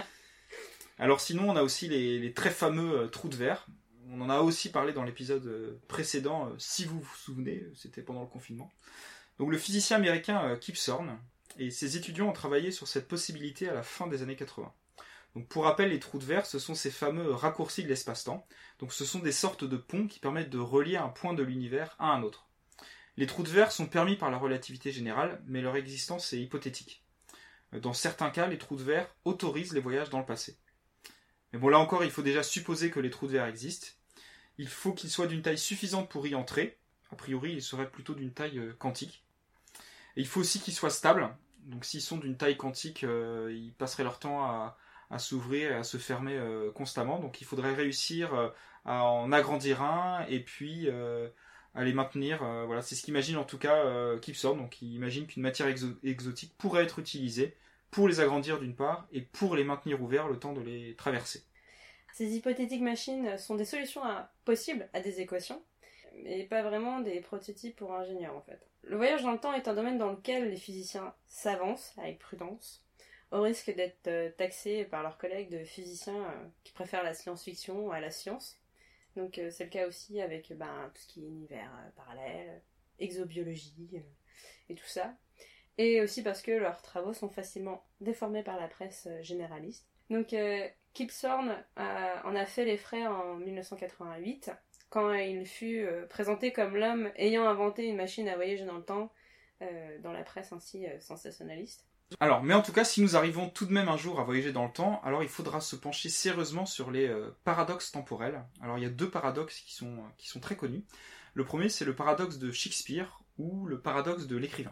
Alors sinon, on a aussi les, les très fameux euh, trous de verre. On en a aussi parlé dans l'épisode précédent, euh, si vous vous souvenez, c'était pendant le confinement. Donc le physicien américain euh, Kip Thorne et ses étudiants ont travaillé sur cette possibilité à la fin des années quatre-vingts. Donc pour rappel, les trous de verre, ce sont ces fameux raccourcis de l'espace-temps. Donc ce sont des sortes de ponts qui permettent de relier un point de l'univers à un autre. Les trous de verre sont permis par la relativité générale, mais leur existence est hypothétique. Dans certains cas, les trous de verre autorisent les voyages dans le passé. Mais bon, là encore, il faut déjà supposer que les trous de verre existent. Il faut qu'ils soient d'une taille suffisante pour y entrer. A priori, ils seraient plutôt d'une taille euh, quantique. Et il faut aussi qu'ils soient stables. Donc s'ils sont d'une taille quantique, euh, ils passeraient leur temps à, à s'ouvrir et à se fermer euh, constamment. Donc il faudrait réussir euh, à en agrandir un et puis euh, à les maintenir. Euh, voilà, c'est ce qu'imagine en tout cas euh, Kip Thorne. Donc il imagine qu'une matière exo- exotique pourrait être utilisée pour les agrandir d'une part et pour les maintenir ouverts le temps de les traverser. Ces hypothétiques machines sont des solutions à- possibles à des équations, mais pas vraiment des prototypes pour ingénieurs en fait. Le voyage dans le temps est un domaine dans lequel les physiciens s'avancent avec prudence, au risque d'être euh, taxés par leurs collègues de physiciens euh, qui préfèrent la science-fiction à la science. Donc euh, c'est le cas aussi avec ben, tout ce qui est univers euh, parallèle, exobiologie euh, et tout ça. Et aussi parce que leurs travaux sont facilement déformés par la presse euh, généraliste. Donc euh, Kip Thorne euh, en a fait les frais en dix-neuf cent quatre-vingt-huit, quand il fut euh, présenté comme l'homme ayant inventé une machine à voyager dans le temps, euh, dans la presse ainsi euh, sensationnaliste. Alors, mais en tout cas, si nous arrivons tout de même un jour à voyager dans le temps, alors il faudra se pencher sérieusement sur les euh, paradoxes temporels. Alors il y a deux paradoxes qui sont, qui sont très connus. Le premier, c'est le paradoxe de Shakespeare ou le paradoxe de l'écrivain.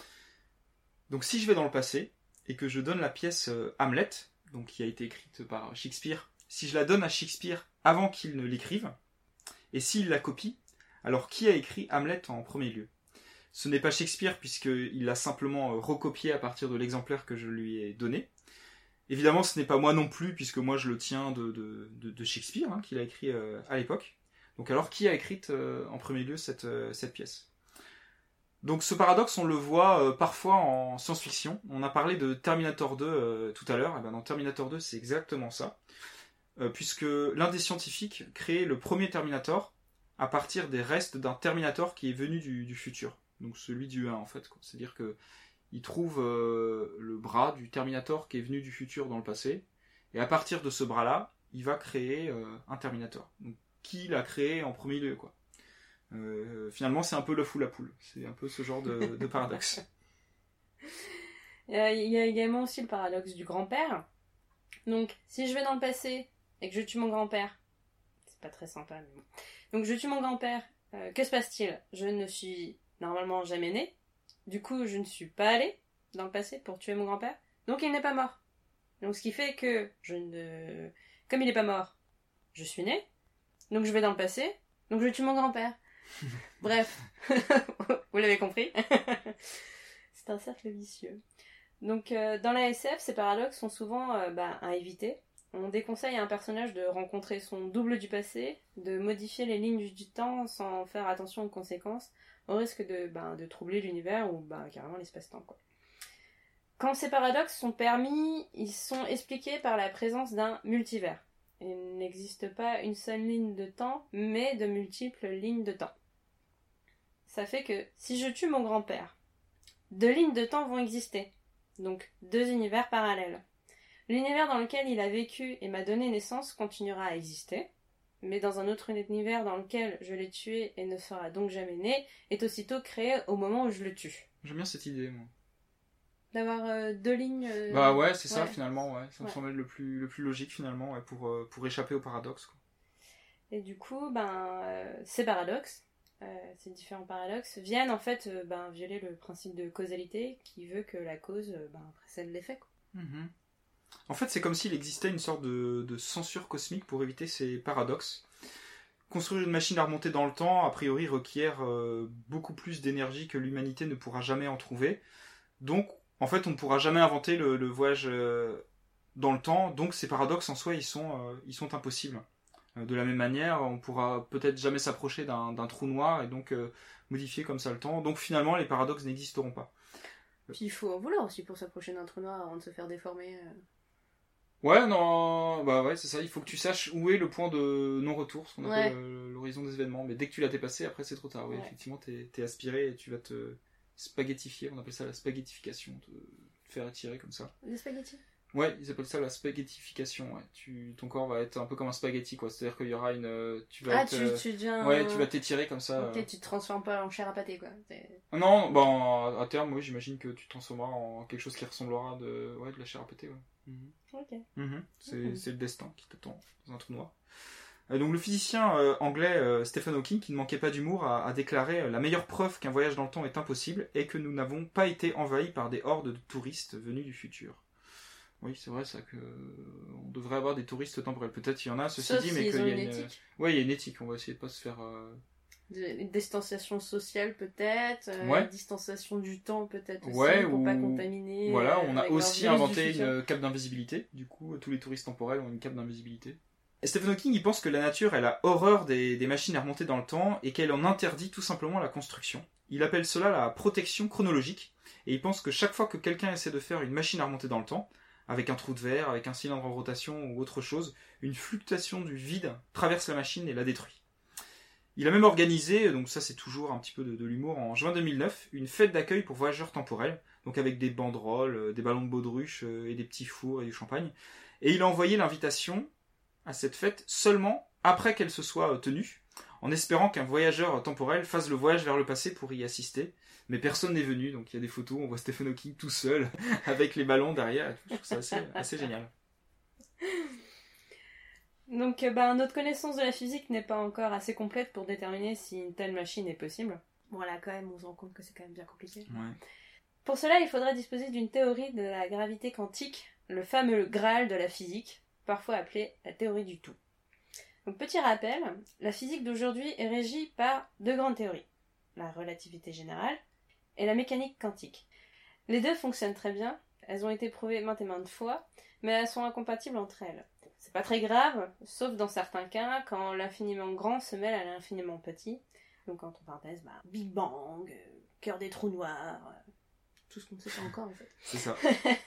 Donc si je vais dans le passé et que je donne la pièce euh, Hamlet, donc qui a été écrite par Shakespeare, si je la donne à Shakespeare avant qu'il ne l'écrive, et s'il la copie, alors qui a écrit Hamlet en premier lieu ? Ce n'est pas Shakespeare puisqu'il l'a simplement recopié à partir de l'exemplaire que je lui ai donné. Évidemment, ce n'est pas moi non plus puisque moi je le tiens de, de, de, de Shakespeare, hein, qu'il a écrit euh, à l'époque. Donc alors qui a écrit euh, en premier lieu cette, euh, cette pièce ? Donc ce paradoxe, on le voit euh, parfois en science-fiction. On a parlé de Terminator deux euh, tout à l'heure. Et ben dans Terminator deux, c'est exactement ça. Euh, puisque l'un des scientifiques crée le premier Terminator à partir des restes d'un Terminator qui est venu du, du futur. Donc celui du un en fait. Quoi. C'est-à-dire qu'il trouve euh, le bras du Terminator qui est venu du futur dans le passé. Et à partir de ce bras-là, il va créer euh, un Terminator. Donc qui l'a créé en premier lieu quoi. Euh, finalement, c'est un peu l'œuf ou la poule. C'est un peu ce genre de, de paradoxe. Il y a également aussi le paradoxe du grand-père. Donc, si je vais dans le passé et que je tue mon grand-père, c'est pas très sympa, mais bon. Donc, je tue mon grand-père, euh, que se passe-t-il ? Je ne suis normalement jamais née. Du coup, je ne suis pas allée dans le passé pour tuer mon grand-père. Donc, il n'est pas mort. Donc, ce qui fait que je ne... Comme il n'est pas mort, je suis née. Donc, je vais dans le passé. Donc, je tue mon grand-père. Bref, vous l'avez compris. C'est un cercle vicieux. Donc euh, dans la S F, ces paradoxes sont souvent euh, bah, à éviter. On déconseille à un personnage de rencontrer son double du passé, de modifier les lignes du, du temps sans faire attention aux conséquences, au risque de, bah, de troubler l'univers ou bah, carrément l'espace-temps, quoi. Quand ces paradoxes sont permis, ils sont expliqués par la présence d'un multivers. Il n'existe pas une seule ligne de temps, mais de multiples lignes de temps. Ça fait que si je tue mon grand-père, deux lignes de temps vont exister. Donc deux univers parallèles. L'univers dans lequel il a vécu et m'a donné naissance continuera à exister, mais dans un autre univers dans lequel je l'ai tué et ne sera donc jamais né, est aussitôt créé au moment où je le tue. J'aime bien cette idée, moi. D'avoir euh, deux lignes... Euh... Bah ouais, c'est ça ouais. finalement, ouais. Ça me ouais. semble être le plus, le plus logique finalement, ouais, pour, euh, pour échapper au paradoxe. Quoi. Et du coup, ben, euh, ces paradoxes, euh, ces différents paradoxes, viennent en fait euh, ben, violer le principe de causalité qui veut que la cause euh, ben, précède l'effet. Quoi. Mm-hmm. En fait, c'est comme s'il existait une sorte de, de censure cosmique pour éviter ces paradoxes. Construire une machine à remonter dans le temps, a priori, requiert euh, beaucoup plus d'énergie que l'humanité ne pourra jamais en trouver. Donc, en fait, on ne pourra jamais inventer le, le voyage euh, dans le temps. Donc, ces paradoxes, en soi, ils sont, euh, ils sont impossibles. Euh, de la même manière, on pourra peut-être jamais s'approcher d'un, d'un trou noir et donc euh, modifier comme ça le temps. Donc, finalement, les paradoxes n'existeront pas. Puis, il faut en vouloir aussi pour s'approcher d'un trou noir avant de se faire déformer. Euh... Ouais, non, bah ouais, c'est ça. Il faut que tu saches où est le point de non-retour, ce qu'on appelle ouais. euh, l'horizon des événements. Mais dès que tu l'as dépassé, après c'est trop tard. Oui, ouais. Effectivement, t'es, t'es aspiré et tu vas te spaghettifier, on appelle ça la spaghettification, de faire étirer comme ça. Les spaghettis. Ouais, ils appellent ça la spaghettification. Ouais. Tu, ton corps va être un peu comme un spaghetti, quoi. C'est-à-dire qu'il y aura une, euh, tu vas Ah, être, tu, euh, tu deviens... ouais, tu vas t'étirer comme ça. Ok, euh. tu te transformes pas en chair à pâté, quoi. C'est- Non, bon, à terme, oui, j'imagine que tu te transformeras en quelque chose qui ressemblera de, ouais, de la chair à péter, ouais. Mhm. Ok. Mhm. C'est, Mhm. c'est le destin qui t'attend dans un trou noir. Euh, donc le physicien euh, anglais euh, Stephen Hawking, qui ne manquait pas d'humour, a, a déclaré euh, la meilleure preuve qu'un voyage dans le temps est impossible est que nous n'avons pas été envahis par des hordes de touristes venus du futur. Oui, c'est vrai ça que on devrait avoir des touristes temporels. Peut-être il y en a, ceci Sauf dit, mais s'ils qu'il ont y a une une éthique. ouais, il y a une éthique. On va essayer de pas se faire. Euh... De- Une distanciation sociale peut-être, euh, Ouais. une distanciation du temps peut-être aussi, Ouais, pour ou- pas contaminer. Voilà, euh, on a avec leur aussi virus du inventé futur. une cape d'invisibilité. Du coup, tous les touristes temporels ont une cape d'invisibilité. Et Stephen Hawking, il pense que la nature, elle a horreur des, des machines à remonter dans le temps et qu'elle en interdit tout simplement la construction. Il appelle cela la protection chronologique et il pense que chaque fois que quelqu'un essaie de faire une machine à remonter dans le temps, avec un trou de verre, avec un cylindre en rotation ou autre chose, une fluctuation du vide traverse la machine et la détruit. Il a même organisé, donc ça c'est toujours un petit peu de, de l'humour, en juin deux mille neuf, une fête d'accueil pour voyageurs temporels, donc avec des banderoles, euh, des ballons de baudruche euh, et des petits fours et du champagne. Et il a envoyé l'invitation à cette fête seulement après qu'elle se soit euh, tenue, en espérant qu'un voyageur temporel fasse le voyage vers le passé pour y assister. Mais personne n'est venu, donc il y a des photos, on voit Stephen Hawking tout seul, avec les ballons derrière, et tout. Je trouve ça assez, assez génial. Donc euh, bah, notre connaissance de la physique n'est pas encore assez complète pour déterminer si une telle machine est possible. Bon là quand même on se rend compte que c'est quand même bien compliqué. Ouais. Pour cela il faudrait disposer d'une théorie de la gravité quantique, le fameux Graal de la physique, parfois appelé la théorie du tout. Donc petit rappel, la physique d'aujourd'hui est régie par deux grandes théories, la relativité générale et la mécanique quantique. Les deux fonctionnent très bien, elles ont été prouvées maintes et maintes fois, mais elles sont incompatibles entre elles. C'est pas très grave, sauf dans certains cas, quand l'infiniment grand se mêle à l'infiniment petit. Donc entre parenthèses, bah, Big Bang, euh, cœur des trous noirs, euh, tout ce qu'on ne sait pas encore en fait. C'est ça.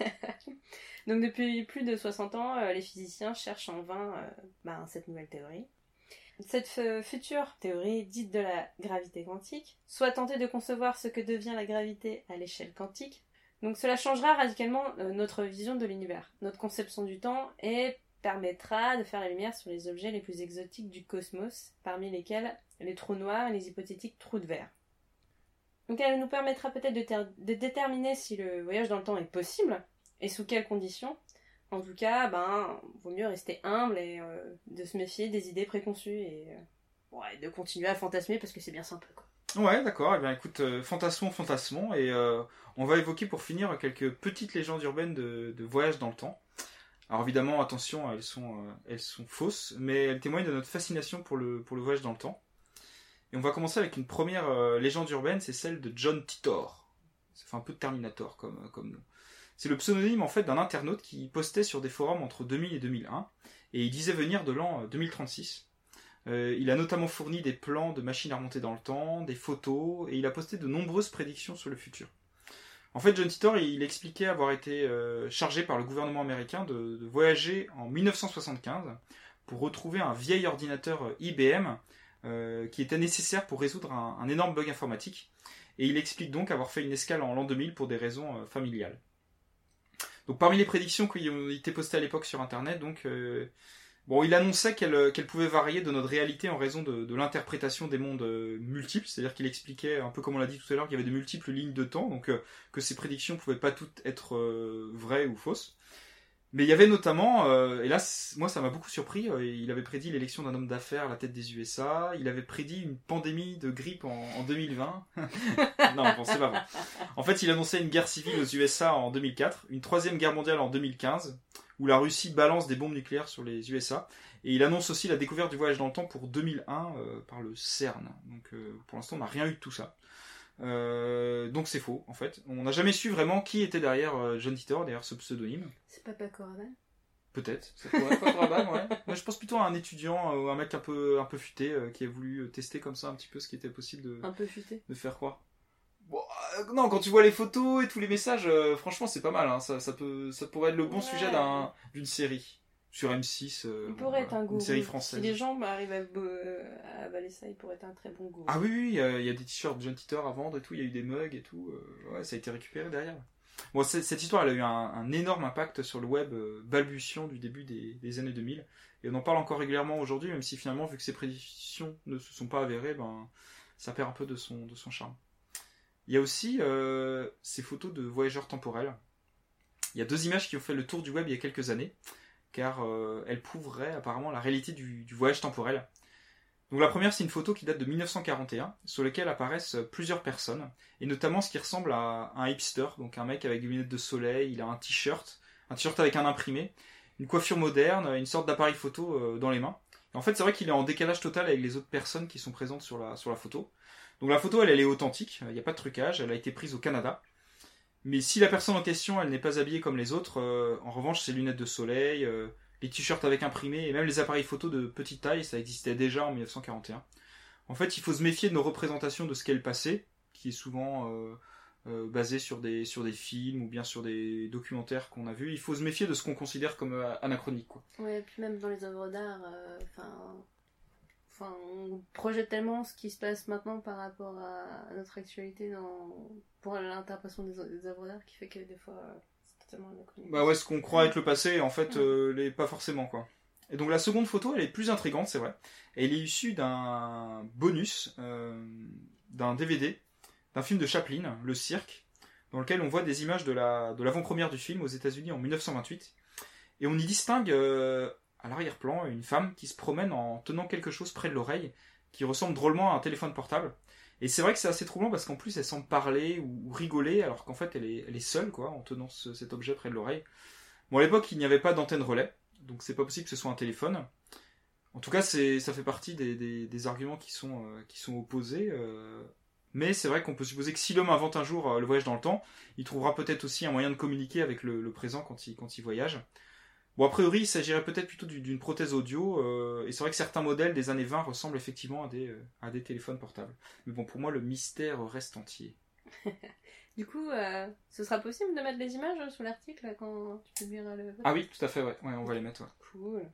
Donc depuis plus de soixante ans, euh, les physiciens cherchent en vain euh, bah, cette nouvelle théorie. Cette f- future théorie dite de la gravité quantique soit tenter de concevoir ce que devient la gravité à l'échelle quantique. Donc cela changera radicalement euh, notre vision de l'univers, notre conception du temps et permettra de faire la lumière sur les objets les plus exotiques du cosmos, parmi lesquels les trous noirs et les hypothétiques trous de verre. Donc elle nous permettra peut-être de, ter- de déterminer si le voyage dans le temps est possible, et sous quelles conditions. En tout cas, ben, vaut mieux rester humble et euh, de se méfier des idées préconçues et euh, ouais, de continuer à fantasmer parce que c'est bien simple, quoi. Ouais, d'accord. Eh bien, écoute, euh, fantasmons, fantasmons, et euh, on va évoquer pour finir quelques petites légendes urbaines de, de voyage dans le temps. Alors évidemment, attention, elles sont, euh, elles sont fausses, mais elles témoignent de notre fascination pour le, pour le voyage dans le temps. Et on va commencer avec une première euh, légende urbaine, c'est celle de John Titor. Ça fait un peu de Terminator comme, comme nom. C'est le pseudonyme en fait d'un internaute qui postait sur des forums entre deux mille et deux mille un, et il disait venir de l'an deux mille trente-six. Euh, il a notamment fourni des plans de machines à remonter dans le temps, des photos, et il a posté de nombreuses prédictions sur le futur. En fait, John Titor, il expliquait avoir été euh, chargé par le gouvernement américain de, de voyager en mille neuf cent soixante-quinze pour retrouver un vieil ordinateur I B M euh, qui était nécessaire pour résoudre un, un énorme bug informatique. Et il explique donc avoir fait une escale en l'an deux mille pour des raisons euh, familiales. Donc parmi les prédictions qui ont été postées à l'époque sur Internet, donc, euh, bon, il annonçait qu'elles qu'elles pouvaient varier de notre réalité en raison de, de l'interprétation des mondes euh, multiples, c'est-à-dire qu'il expliquait, un peu comme on l'a dit tout à l'heure, qu'il y avait de multiples lignes de temps, donc euh, que ces prédictions ne pouvaient pas toutes être euh, vraies ou fausses. Mais il y avait notamment, euh, et là c- moi ça m'a beaucoup surpris, euh, il avait prédit l'élection d'un homme d'affaires à la tête des U S A, il avait prédit une pandémie de grippe en, en deux mille vingt. Non, bon, c'est pas vrai. En fait, il annonçait une guerre civile aux U S A en deux mille quatre, une troisième guerre mondiale en deux mille quinze, où la Russie balance des bombes nucléaires sur les U S A, et il annonce aussi la découverte du voyage dans le temps pour deux mille un euh, par le CERN. Donc euh, pour l'instant, on n'a rien eu de tout ça. Euh, donc c'est faux, en fait. On n'a jamais su vraiment qui était derrière euh, John Titor, derrière ce pseudonyme. C'est pas Paco Rabanne ? Peut-être, ça pourrait être Rabanne, ouais. Moi, je pense plutôt à un étudiant ou euh, un mec un peu, un peu futé euh, qui a voulu tester comme ça un petit peu ce qui était possible de, Un peu futé. de faire croire. Bon, euh, non, quand tu vois les photos et tous les messages, euh, franchement, c'est pas mal. Hein. Ça, ça, peut, ça pourrait être le bon Ouais. sujet d'un, d'une série. sur M six. Euh, Il pourrait être un gourou. Une série française. Si les gens arrivent à, euh, à avaler ça, il pourrait être un très bon gourou. Ah oui, oui, il y, a, il y a des t-shirts John Titor à vendre et tout, il y a eu des mugs et tout. Euh, ouais, ça a été récupéré derrière. Bon, cette histoire, elle a eu un, un énorme impact sur le web euh, balbutiant du début des, des années deux mille. Et on en parle encore régulièrement aujourd'hui, même si finalement, vu que ces prédictions ne se sont pas avérées, ben, ça perd un peu de son, de son charme. Il y a aussi euh, ces photos de voyageurs temporels. Il y a deux images qui ont fait le tour du web il y a quelques années, car euh, elles prouveraient apparemment la réalité du, du voyage temporel. Donc la première, c'est une photo qui date de dix-neuf cent quarante et un, sur laquelle apparaissent plusieurs personnes, et notamment ce qui ressemble à un hipster, donc un mec avec des lunettes de soleil, il a un t-shirt, un t-shirt avec un imprimé, une coiffure moderne, une sorte d'appareil photo euh, dans les mains. Et en fait, c'est vrai qu'il est en décalage total avec les autres personnes qui sont présentes sur la, sur la photo. Donc la photo, elle, elle est authentique, il n'y a pas de trucage, elle a été prise au Canada. Mais si la personne en question, elle n'est pas habillée comme les autres, euh, en revanche, ses lunettes de soleil, euh, les t-shirts avec imprimés, et même les appareils photo de petite taille, ça existait déjà en dix-neuf cent quarante et un. En fait, il faut se méfier de nos représentations de ce qu'est le passé, qui est souvent euh, euh, basé sur des, sur des films ou bien sur des documentaires qu'on a vus. Il faut se méfier de ce qu'on considère comme euh, anachronique, quoi. Ouais, et puis même dans les œuvres d'art, enfin... Euh, Enfin, on projette tellement ce qui se passe maintenant par rapport à notre actualité dans... pour l'interprétation des, des œuvres d'art qui fait que des fois euh, c'est totalement anachronique. Bah ouais, ce qu'on croit être le passé, en fait, euh, l'est pas forcément, quoi. Et donc la seconde photo, elle est plus intrigante, c'est vrai. Elle est issue d'un bonus, euh, d'un D V D, d'un film de Chaplin, Le Cirque, dans lequel on voit des images de la de l'avant-première du film aux États-Unis en dix-neuf cent vingt-huit. Et on y distingue... Euh, à l'arrière-plan, une femme qui se promène en tenant quelque chose près de l'oreille, qui ressemble drôlement à un téléphone portable. Et c'est vrai que c'est assez troublant parce qu'en plus elle semble parler ou, ou rigoler, alors qu'en fait elle est, elle est seule, quoi, en tenant ce, cet objet près de l'oreille. Bon, à l'époque il n'y avait pas d'antenne relais, donc c'est pas possible que ce soit un téléphone. En tout cas, c'est, ça fait partie des, des, des arguments qui sont, euh, qui sont opposés. Euh... Mais c'est vrai qu'on peut supposer que si l'homme invente un jour euh, le voyage dans le temps, il trouvera peut-être aussi un moyen de communiquer avec le, le présent quand il, quand il voyage. Bon, a priori, il s'agirait peut-être plutôt d'une prothèse audio, euh, et c'est vrai que certains modèles des années vingt ressemblent effectivement à des, euh, à des téléphones portables. Mais bon, pour moi, le mystère reste entier. Du coup, euh, ce sera possible de mettre les images sous l'article quand tu publieras le... Ah oui, tout à fait, ouais, ouais on va les mettre, ouais. Cool.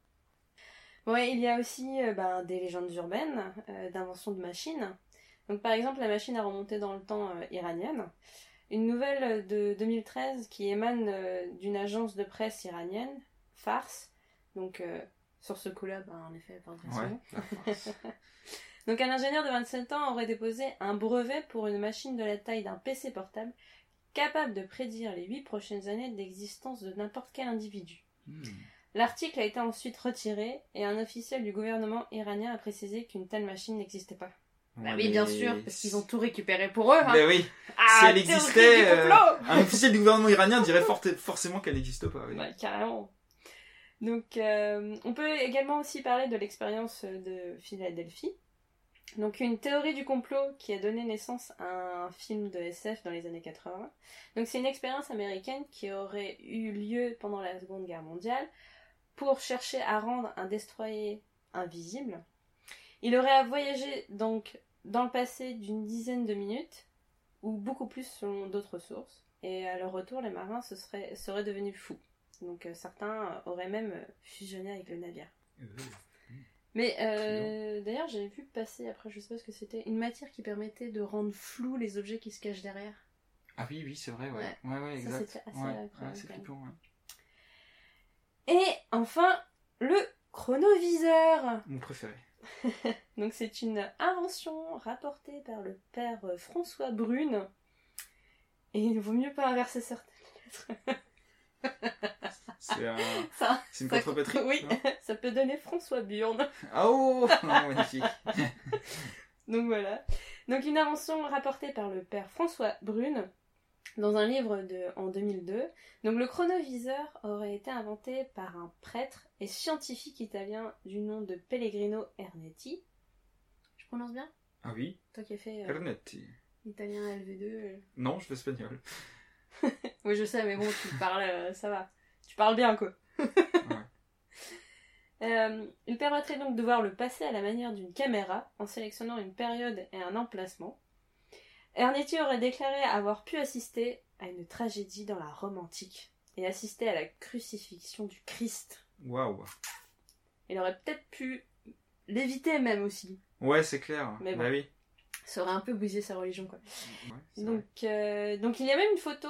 Ouais, il y a aussi euh, ben, des légendes urbaines euh, d'invention de machines. Donc par exemple, la machine à remonter dans le temps euh, iranienne. Une nouvelle de deux mille treize qui émane euh, d'une agence de presse iranienne, Farce. Donc, euh, sur ce coup-là, ben, en effet, pas impressionnant. Ouais, Donc, un ingénieur de vingt-sept ans aurait déposé un brevet pour une machine de la taille d'un P C portable capable de prédire les huit prochaines années d'existence de n'importe quel individu. Hmm. L'article a été ensuite retiré et un officiel du gouvernement iranien a précisé qu'une telle machine n'existait pas. Bah oui, bien sûr, parce qu'ils ont tout récupéré pour eux. Hein. Ben oui. Ah, si elle existait, euh, un officiel du gouvernement iranien dirait forte, forcément qu'elle n'existe pas. Oui. Ouais, carrément. Donc, euh, on peut également aussi parler de l'expérience de Philadelphie. Donc, une théorie du complot qui a donné naissance à un film de S F dans les années quatre-vingts. Donc, c'est une expérience américaine qui aurait eu lieu pendant la Seconde Guerre mondiale pour chercher à rendre un destroyer invisible. Il aurait voyagé donc dans le passé d'une dizaine de minutes, ou beaucoup plus selon d'autres sources, et à leur retour, les marins se seraient, seraient devenus fous. Donc euh, certains auraient même fusionné avec le navire. Mmh. Mais euh, d'ailleurs, j'avais vu passer, après je sais pas ce que c'était, une matière qui permettait de rendre flou les objets qui se cachent derrière. Ah oui, oui, c'est vrai, ouais. Ouais, ouais, ouais, exact. Ça, c'était assez ouais, incroyable. Ouais, c'est flippant, ouais. Et enfin, le chronoviseur. Mon préféré. Donc c'est une invention rapportée par le père François Brune. Et il ne vaut mieux pas inverser certaines lettres. C'est, un... ça, c'est une ça... contre-batterie. Oui, ça peut donner François Burne. Oh, oh magnifique. Donc voilà. Donc une invention rapportée par le père François Brune dans un livre de, en deux mille deux. Donc le chronoviseur aurait été inventé par un prêtre et scientifique italien du nom de Pellegrino Ernetti. Je prononce bien ? Ah oui. Toi qui as fait euh, Ernetti. Italien L V deux. Euh... Non, je fais espagnol. Oui, je sais, mais bon, tu parles, euh, ça va. Tu parles bien, quoi. Ouais. Euh, il permettrait donc de voir le passé à la manière d'une caméra en sélectionnant une période et un emplacement. Ernetti aurait déclaré avoir pu assister à une tragédie dans la Rome antique et assister à la crucifixion du Christ. Waouh. Il aurait peut-être pu l'éviter même aussi. Ouais, c'est clair. Mais Bah bon. oui. Ça aurait un peu bousillé sa religion, quoi. Ouais, c'est vrai. Donc, euh, donc il y a même une photo,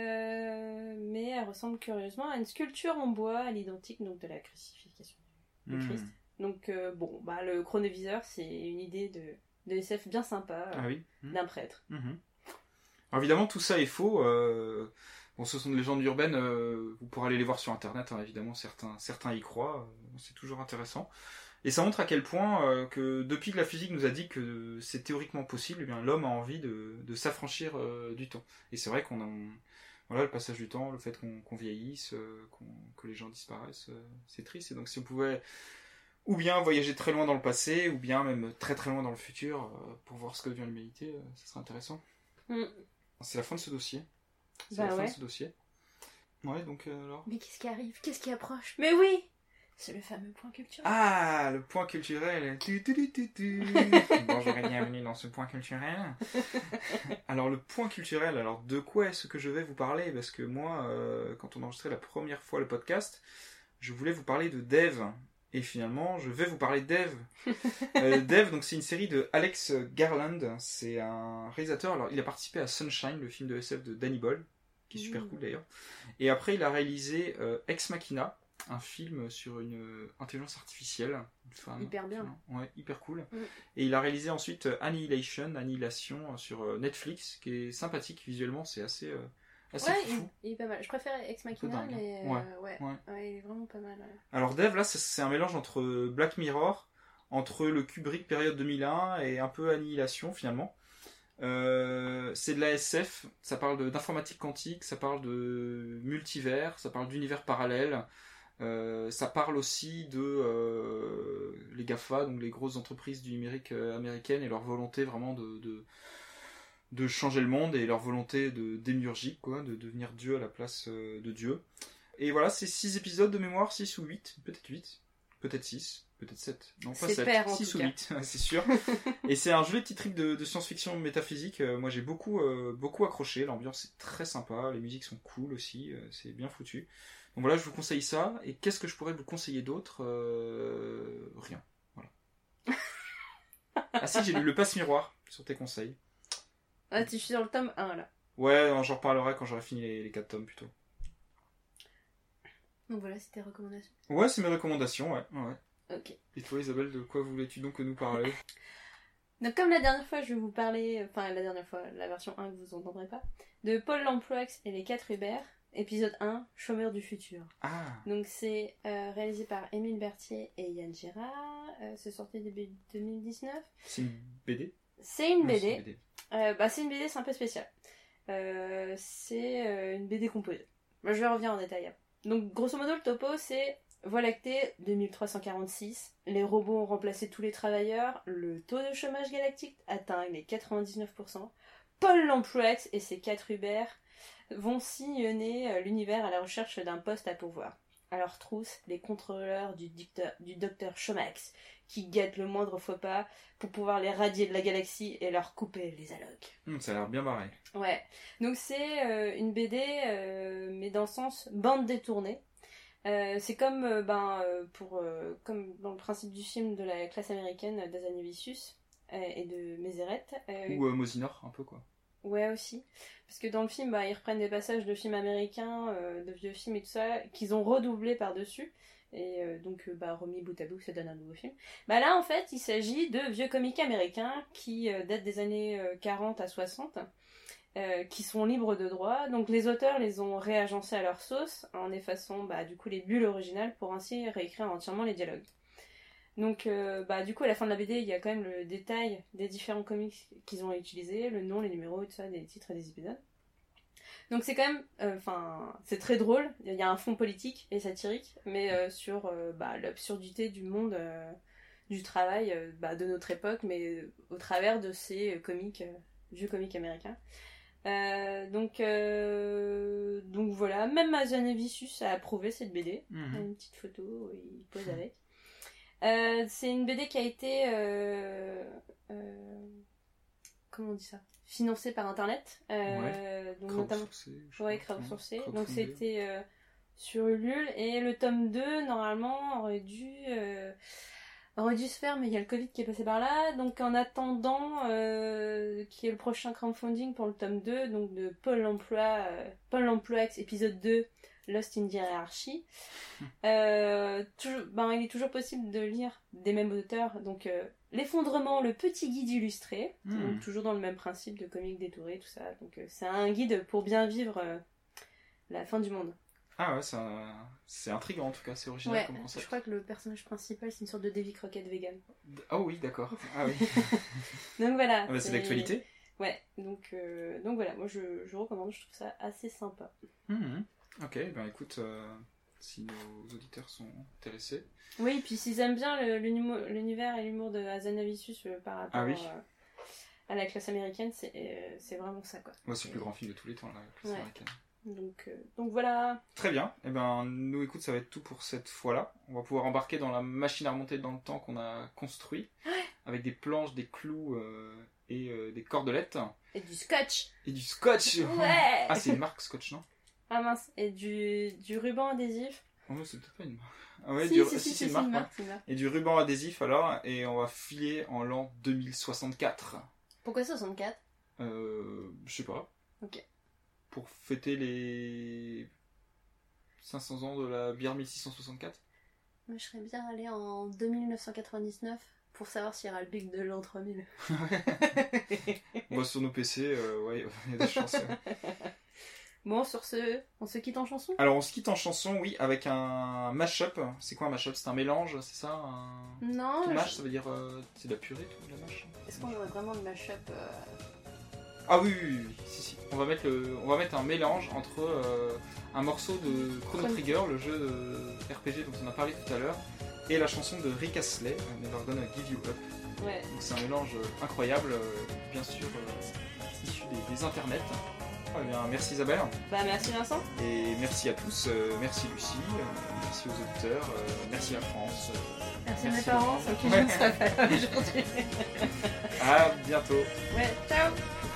euh, mais elle ressemble curieusement à une sculpture en bois à l'identique donc de la crucifixion du Hmm. Christ. Donc euh, bon, bah le chronoviseur, c'est une idée de, de S F bien sympa euh, Ah oui. Hmm. d'un prêtre. Mhm. Alors évidemment, tout ça est faux. euh, Bon, ce sont des légendes urbaines. euh, Vous pourrez aller les voir sur Internet. hein, évidemment, certains, certains y croient. euh, C'est toujours intéressant. Et ça montre à quel point euh, que depuis que la physique nous a dit que c'est théoriquement possible, eh bien l'homme a envie de, de s'affranchir euh, du temps. Et c'est vrai qu'on a, voilà, le passage du temps, le fait qu'on qu'on vieillisse, euh, qu'on- que les gens disparaissent, euh, c'est triste. Et donc si on pouvait ou bien voyager très loin dans le passé, ou bien même très très loin dans le futur euh, pour voir ce que devient l'humanité, euh, ça serait intéressant. Mm. C'est la fin de ce dossier. C'est Bah la fin ouais. de ce dossier. Ouais, donc euh, alors. Mais qu'est-ce qui arrive? Qu'est-ce qui approche? Mais oui! C'est le fameux point culturel. Ah, le point culturel. Tu, tu, tu, tu, tu. Bonjour et bienvenue dans ce point culturel. Alors le point culturel, alors de quoi est-ce que je vais vous parler? Parce que moi, euh, quand on a enregistré la première fois le podcast, je voulais vous parler de Dev. Et finalement, je vais vous parler de Dev. Euh, Dev, donc c'est une série de Alex Garland. C'est un réalisateur. Alors il a participé à Sunshine, le film de S F de Danny Boyle, qui est super Mmh. cool d'ailleurs. Et après, il a réalisé euh, Ex Machina, un film sur une euh, intelligence artificielle, une femme. Hyper bien. Ouais, hyper cool. Mm. Et il a réalisé ensuite euh, Annihilation, Annihilation euh, sur euh, Netflix, qui est sympathique visuellement, c'est assez, euh, assez Ouais, fou. il, il est pas mal. Je préfère Ex Machina, dingue, hein. mais euh, Ouais, ouais. ouais. Ouais, il est vraiment pas mal. ouais. Alors Dev, là, c'est- c'est un mélange entre Black Mirror, entre le Kubrick période deux mille un et un peu Annihilation finalement. Euh, c'est de la S F, ça parle de- d'informatique quantique, ça parle de multivers, ça parle d'univers parallèles. Euh, ça parle aussi de euh, les GAFA, donc les grosses entreprises du numérique euh, américaines et leur volonté vraiment de, de, de changer le monde et leur volonté de démiurgique, quoi, de devenir Dieu à la place euh, de Dieu. Et voilà, c'est six épisodes de mémoire, six ou huit, peut-être huit, peut-être six, peut-être sept. Non, pas C'est sept, pair, en six tout ou cas. huit, c'est sûr. Et c'est un joli petit trip de, de science-fiction métaphysique. Euh, moi j'ai beaucoup, euh, beaucoup accroché, l'ambiance est très sympa, les musiques sont cool aussi, euh, c'est bien foutu. Donc voilà, je vous conseille ça. Et qu'est-ce que je pourrais vous conseiller d'autre? Euh, Rien. Voilà. Ah si, j'ai lu Le Passe-Miroir sur tes conseils. Ah, tu suis dans le tome un là. Ouais, non, j'en reparlerai quand j'aurai fini les, les quatre tomes plutôt. Donc voilà, c'était recommandations. Ouais, c'est mes recommandations, ouais. ouais. Ok. Et toi Isabelle, de quoi voulais-tu donc nous parler? Donc comme la dernière fois, je vais vous parler, enfin la dernière fois, la version un que vous entendrez pas, de Paul Lamproix et les quatre Hubert, épisode un, Chômeur du futur. Ah, Donc c'est euh, réalisé par Émile Berthier et Yann Girard, euh, c'est sorti début deux mille dix-neuf. c'est une B D? C'est une Non, c'est B D, Euh, bah c'est une B D, c'est un peu spécial. Euh, c'est euh, une B D composée. Moi je vais revenir en détail après. Donc grosso modo le topo c'est Voie lactée deux mille trois cent quarante-six, les robots ont remplacé tous les travailleurs, le taux de chômage galactique atteint les quatre-vingt-dix-neuf pour cent, Paul Lamproix et ses quatre Hubert vont sillonner euh, l'univers à la recherche d'un poste à pourvoir. À leur trousse, les contrôleurs du, dicteur, du docteur Chomax, qui guettent le moindre faux pas pour pouvoir les radier de la galaxie et leur couper les allocs. Hum, ça a l'air bien barré. Ouais, donc c'est euh, une B D, euh, mais dans le sens bande détournée. Euh, c'est comme, euh, ben, euh, pour, euh, comme dans le principe du film de la classe américaine d'Azanavicius euh, et de Mézeret. Euh, Ou euh, Mosinor, un peu quoi. Ouais, aussi. Parce que dans le film, bah, ils reprennent des passages de films américains, euh, de vieux films et tout ça, qu'ils ont redoublés par-dessus. Et euh, donc, euh, bah, remis bout à bout, ça donne un nouveau film. Bah là, en fait, il s'agit de vieux comiques américains qui euh, datent des années euh, quarante à soixante, euh, qui sont libres de droit. Donc les auteurs les ont réagencés à leur sauce, en effaçant bah, du coup les bulles originales pour ainsi réécrire entièrement les dialogues. Donc, euh, bah, du coup, à la fin de la B D, il y a quand même le détail des différents comics qu'ils ont utilisés, le nom, les numéros, tout ça, des titres et des épisodes. Donc, c'est quand même, enfin, euh, c'est très drôle. Il y a un fond politique et satirique, mais euh, sur euh, bah, l'absurdité du monde euh, du travail euh, bah, de notre époque, mais au travers de ces euh, comics, euh, vieux comics américains. Euh, donc, euh, donc voilà, même Azanavicius a approuvé cette B D. Mhm. Il y a une petite photo, il pose avec. Euh, c'est une B D qui a été euh, euh, comment on dit ça, financée par internet, euh, donc notamment Crowdsourcé, je ouais, crois. crowdsourcé. Non, Donc crowdfundé. c'était euh, sur Ulule. Et le tome deux, normalement, aurait dû, euh, aurait dû se faire, mais il y a le Covid qui est passé par là. Donc en attendant, euh, qui est le prochain crowdfunding pour le tome deux, donc de Pôle emploi, euh, Pôle emploi épisode deux, Lost in Hierarchy. Euh, toujours, ben, il est toujours possible de lire des mêmes auteurs, donc euh, L'effondrement, le petit guide illustré, Mmh. donc toujours dans le même principe de comics détourés, tout ça. Donc euh, c'est un guide pour bien vivre euh, la fin du monde. Ah ouais, ça, c'est intriguant en tout cas, c'est original Ouais, comme concept. je crois que le personnage principal c'est une sorte de Davy Crockett vegan. Ah oui, d'accord. Ah oui. Donc voilà. Ah bah, c'est d'actualité. Ouais, donc, euh, donc voilà, moi je, je recommande, je trouve ça assez sympa. Mmh. Ok, ben écoute, euh, si nos auditeurs sont intéressés. Oui, et puis s'ils aiment bien le- l'humour- l'univers et l'humour de Hazanavicius euh, par rapport Ah oui. euh, à la classe américaine, c'est euh, c'est vraiment ça quoi. Moi, c'est le plus grand film de tous les temps, la classe Ouais. américaine. Donc, euh, donc voilà. Très bien. Eh ben, nous, écoute, ça va être tout pour cette fois-là. On va pouvoir embarquer dans la machine à remonter dans le temps qu'on a construit, avec des planches, des clous euh, et euh, des cordelettes Et du scotch. et du scotch. Ouais. Ah, c'est une marque Scotch, non? Ah mince, et du, du ruban adhésif. Oh, c'est peut-être pas une marque. Ah ouais, si, du... si, si, si, si, c'est une c'est marque. une ouais. marque, c'est une marque. Et du ruban adhésif alors, et on va filer en l'an deux mille soixante-quatre. Pourquoi soixante-quatre? Euh, je sais pas. Ok. Pour fêter les cinq cents ans de la bière mille six cent soixante-quatre. Moi je serais bien allée en deux mille neuf cent quatre-vingt-dix-neuf pour savoir s'il y aura le big de l'an trois mille. Bon, sur nos P C, euh, ouais, il y a des chances. ouais. Bon, sur ce, on se quitte en chanson. Alors, on se quitte en chanson, oui, avec un mash-up. C'est quoi un mash-up? C'est un mélange, c'est ça un... Non, Tout je- mash, ça veut dire... euh, c'est de la purée, tout, de la mâche? est-ce qu'on aurait vraiment le mash-up euh, Ah oui, oui, oui, si, si. On va mettre, le... on va mettre un mélange entre euh, un morceau de Chrono Chrono- Trigger, le jeu de R P G dont on a parlé tout à l'heure, et la chanson de Rick Astley, euh, Never Gonna Give You Up. Ouais. Donc c'est un mélange euh, incroyable, euh, bien sûr, euh, issu des, des internets. Ah, eh bien, merci Isabelle, Bah merci Vincent. et merci à tous, euh, merci Lucie, euh, merci aux auditeurs, euh, merci la France. euh, Merci, Merci mes parents, beaucoup. sans qui je ne serais pas là aujourd'hui. à bientôt. Ouais, ciao.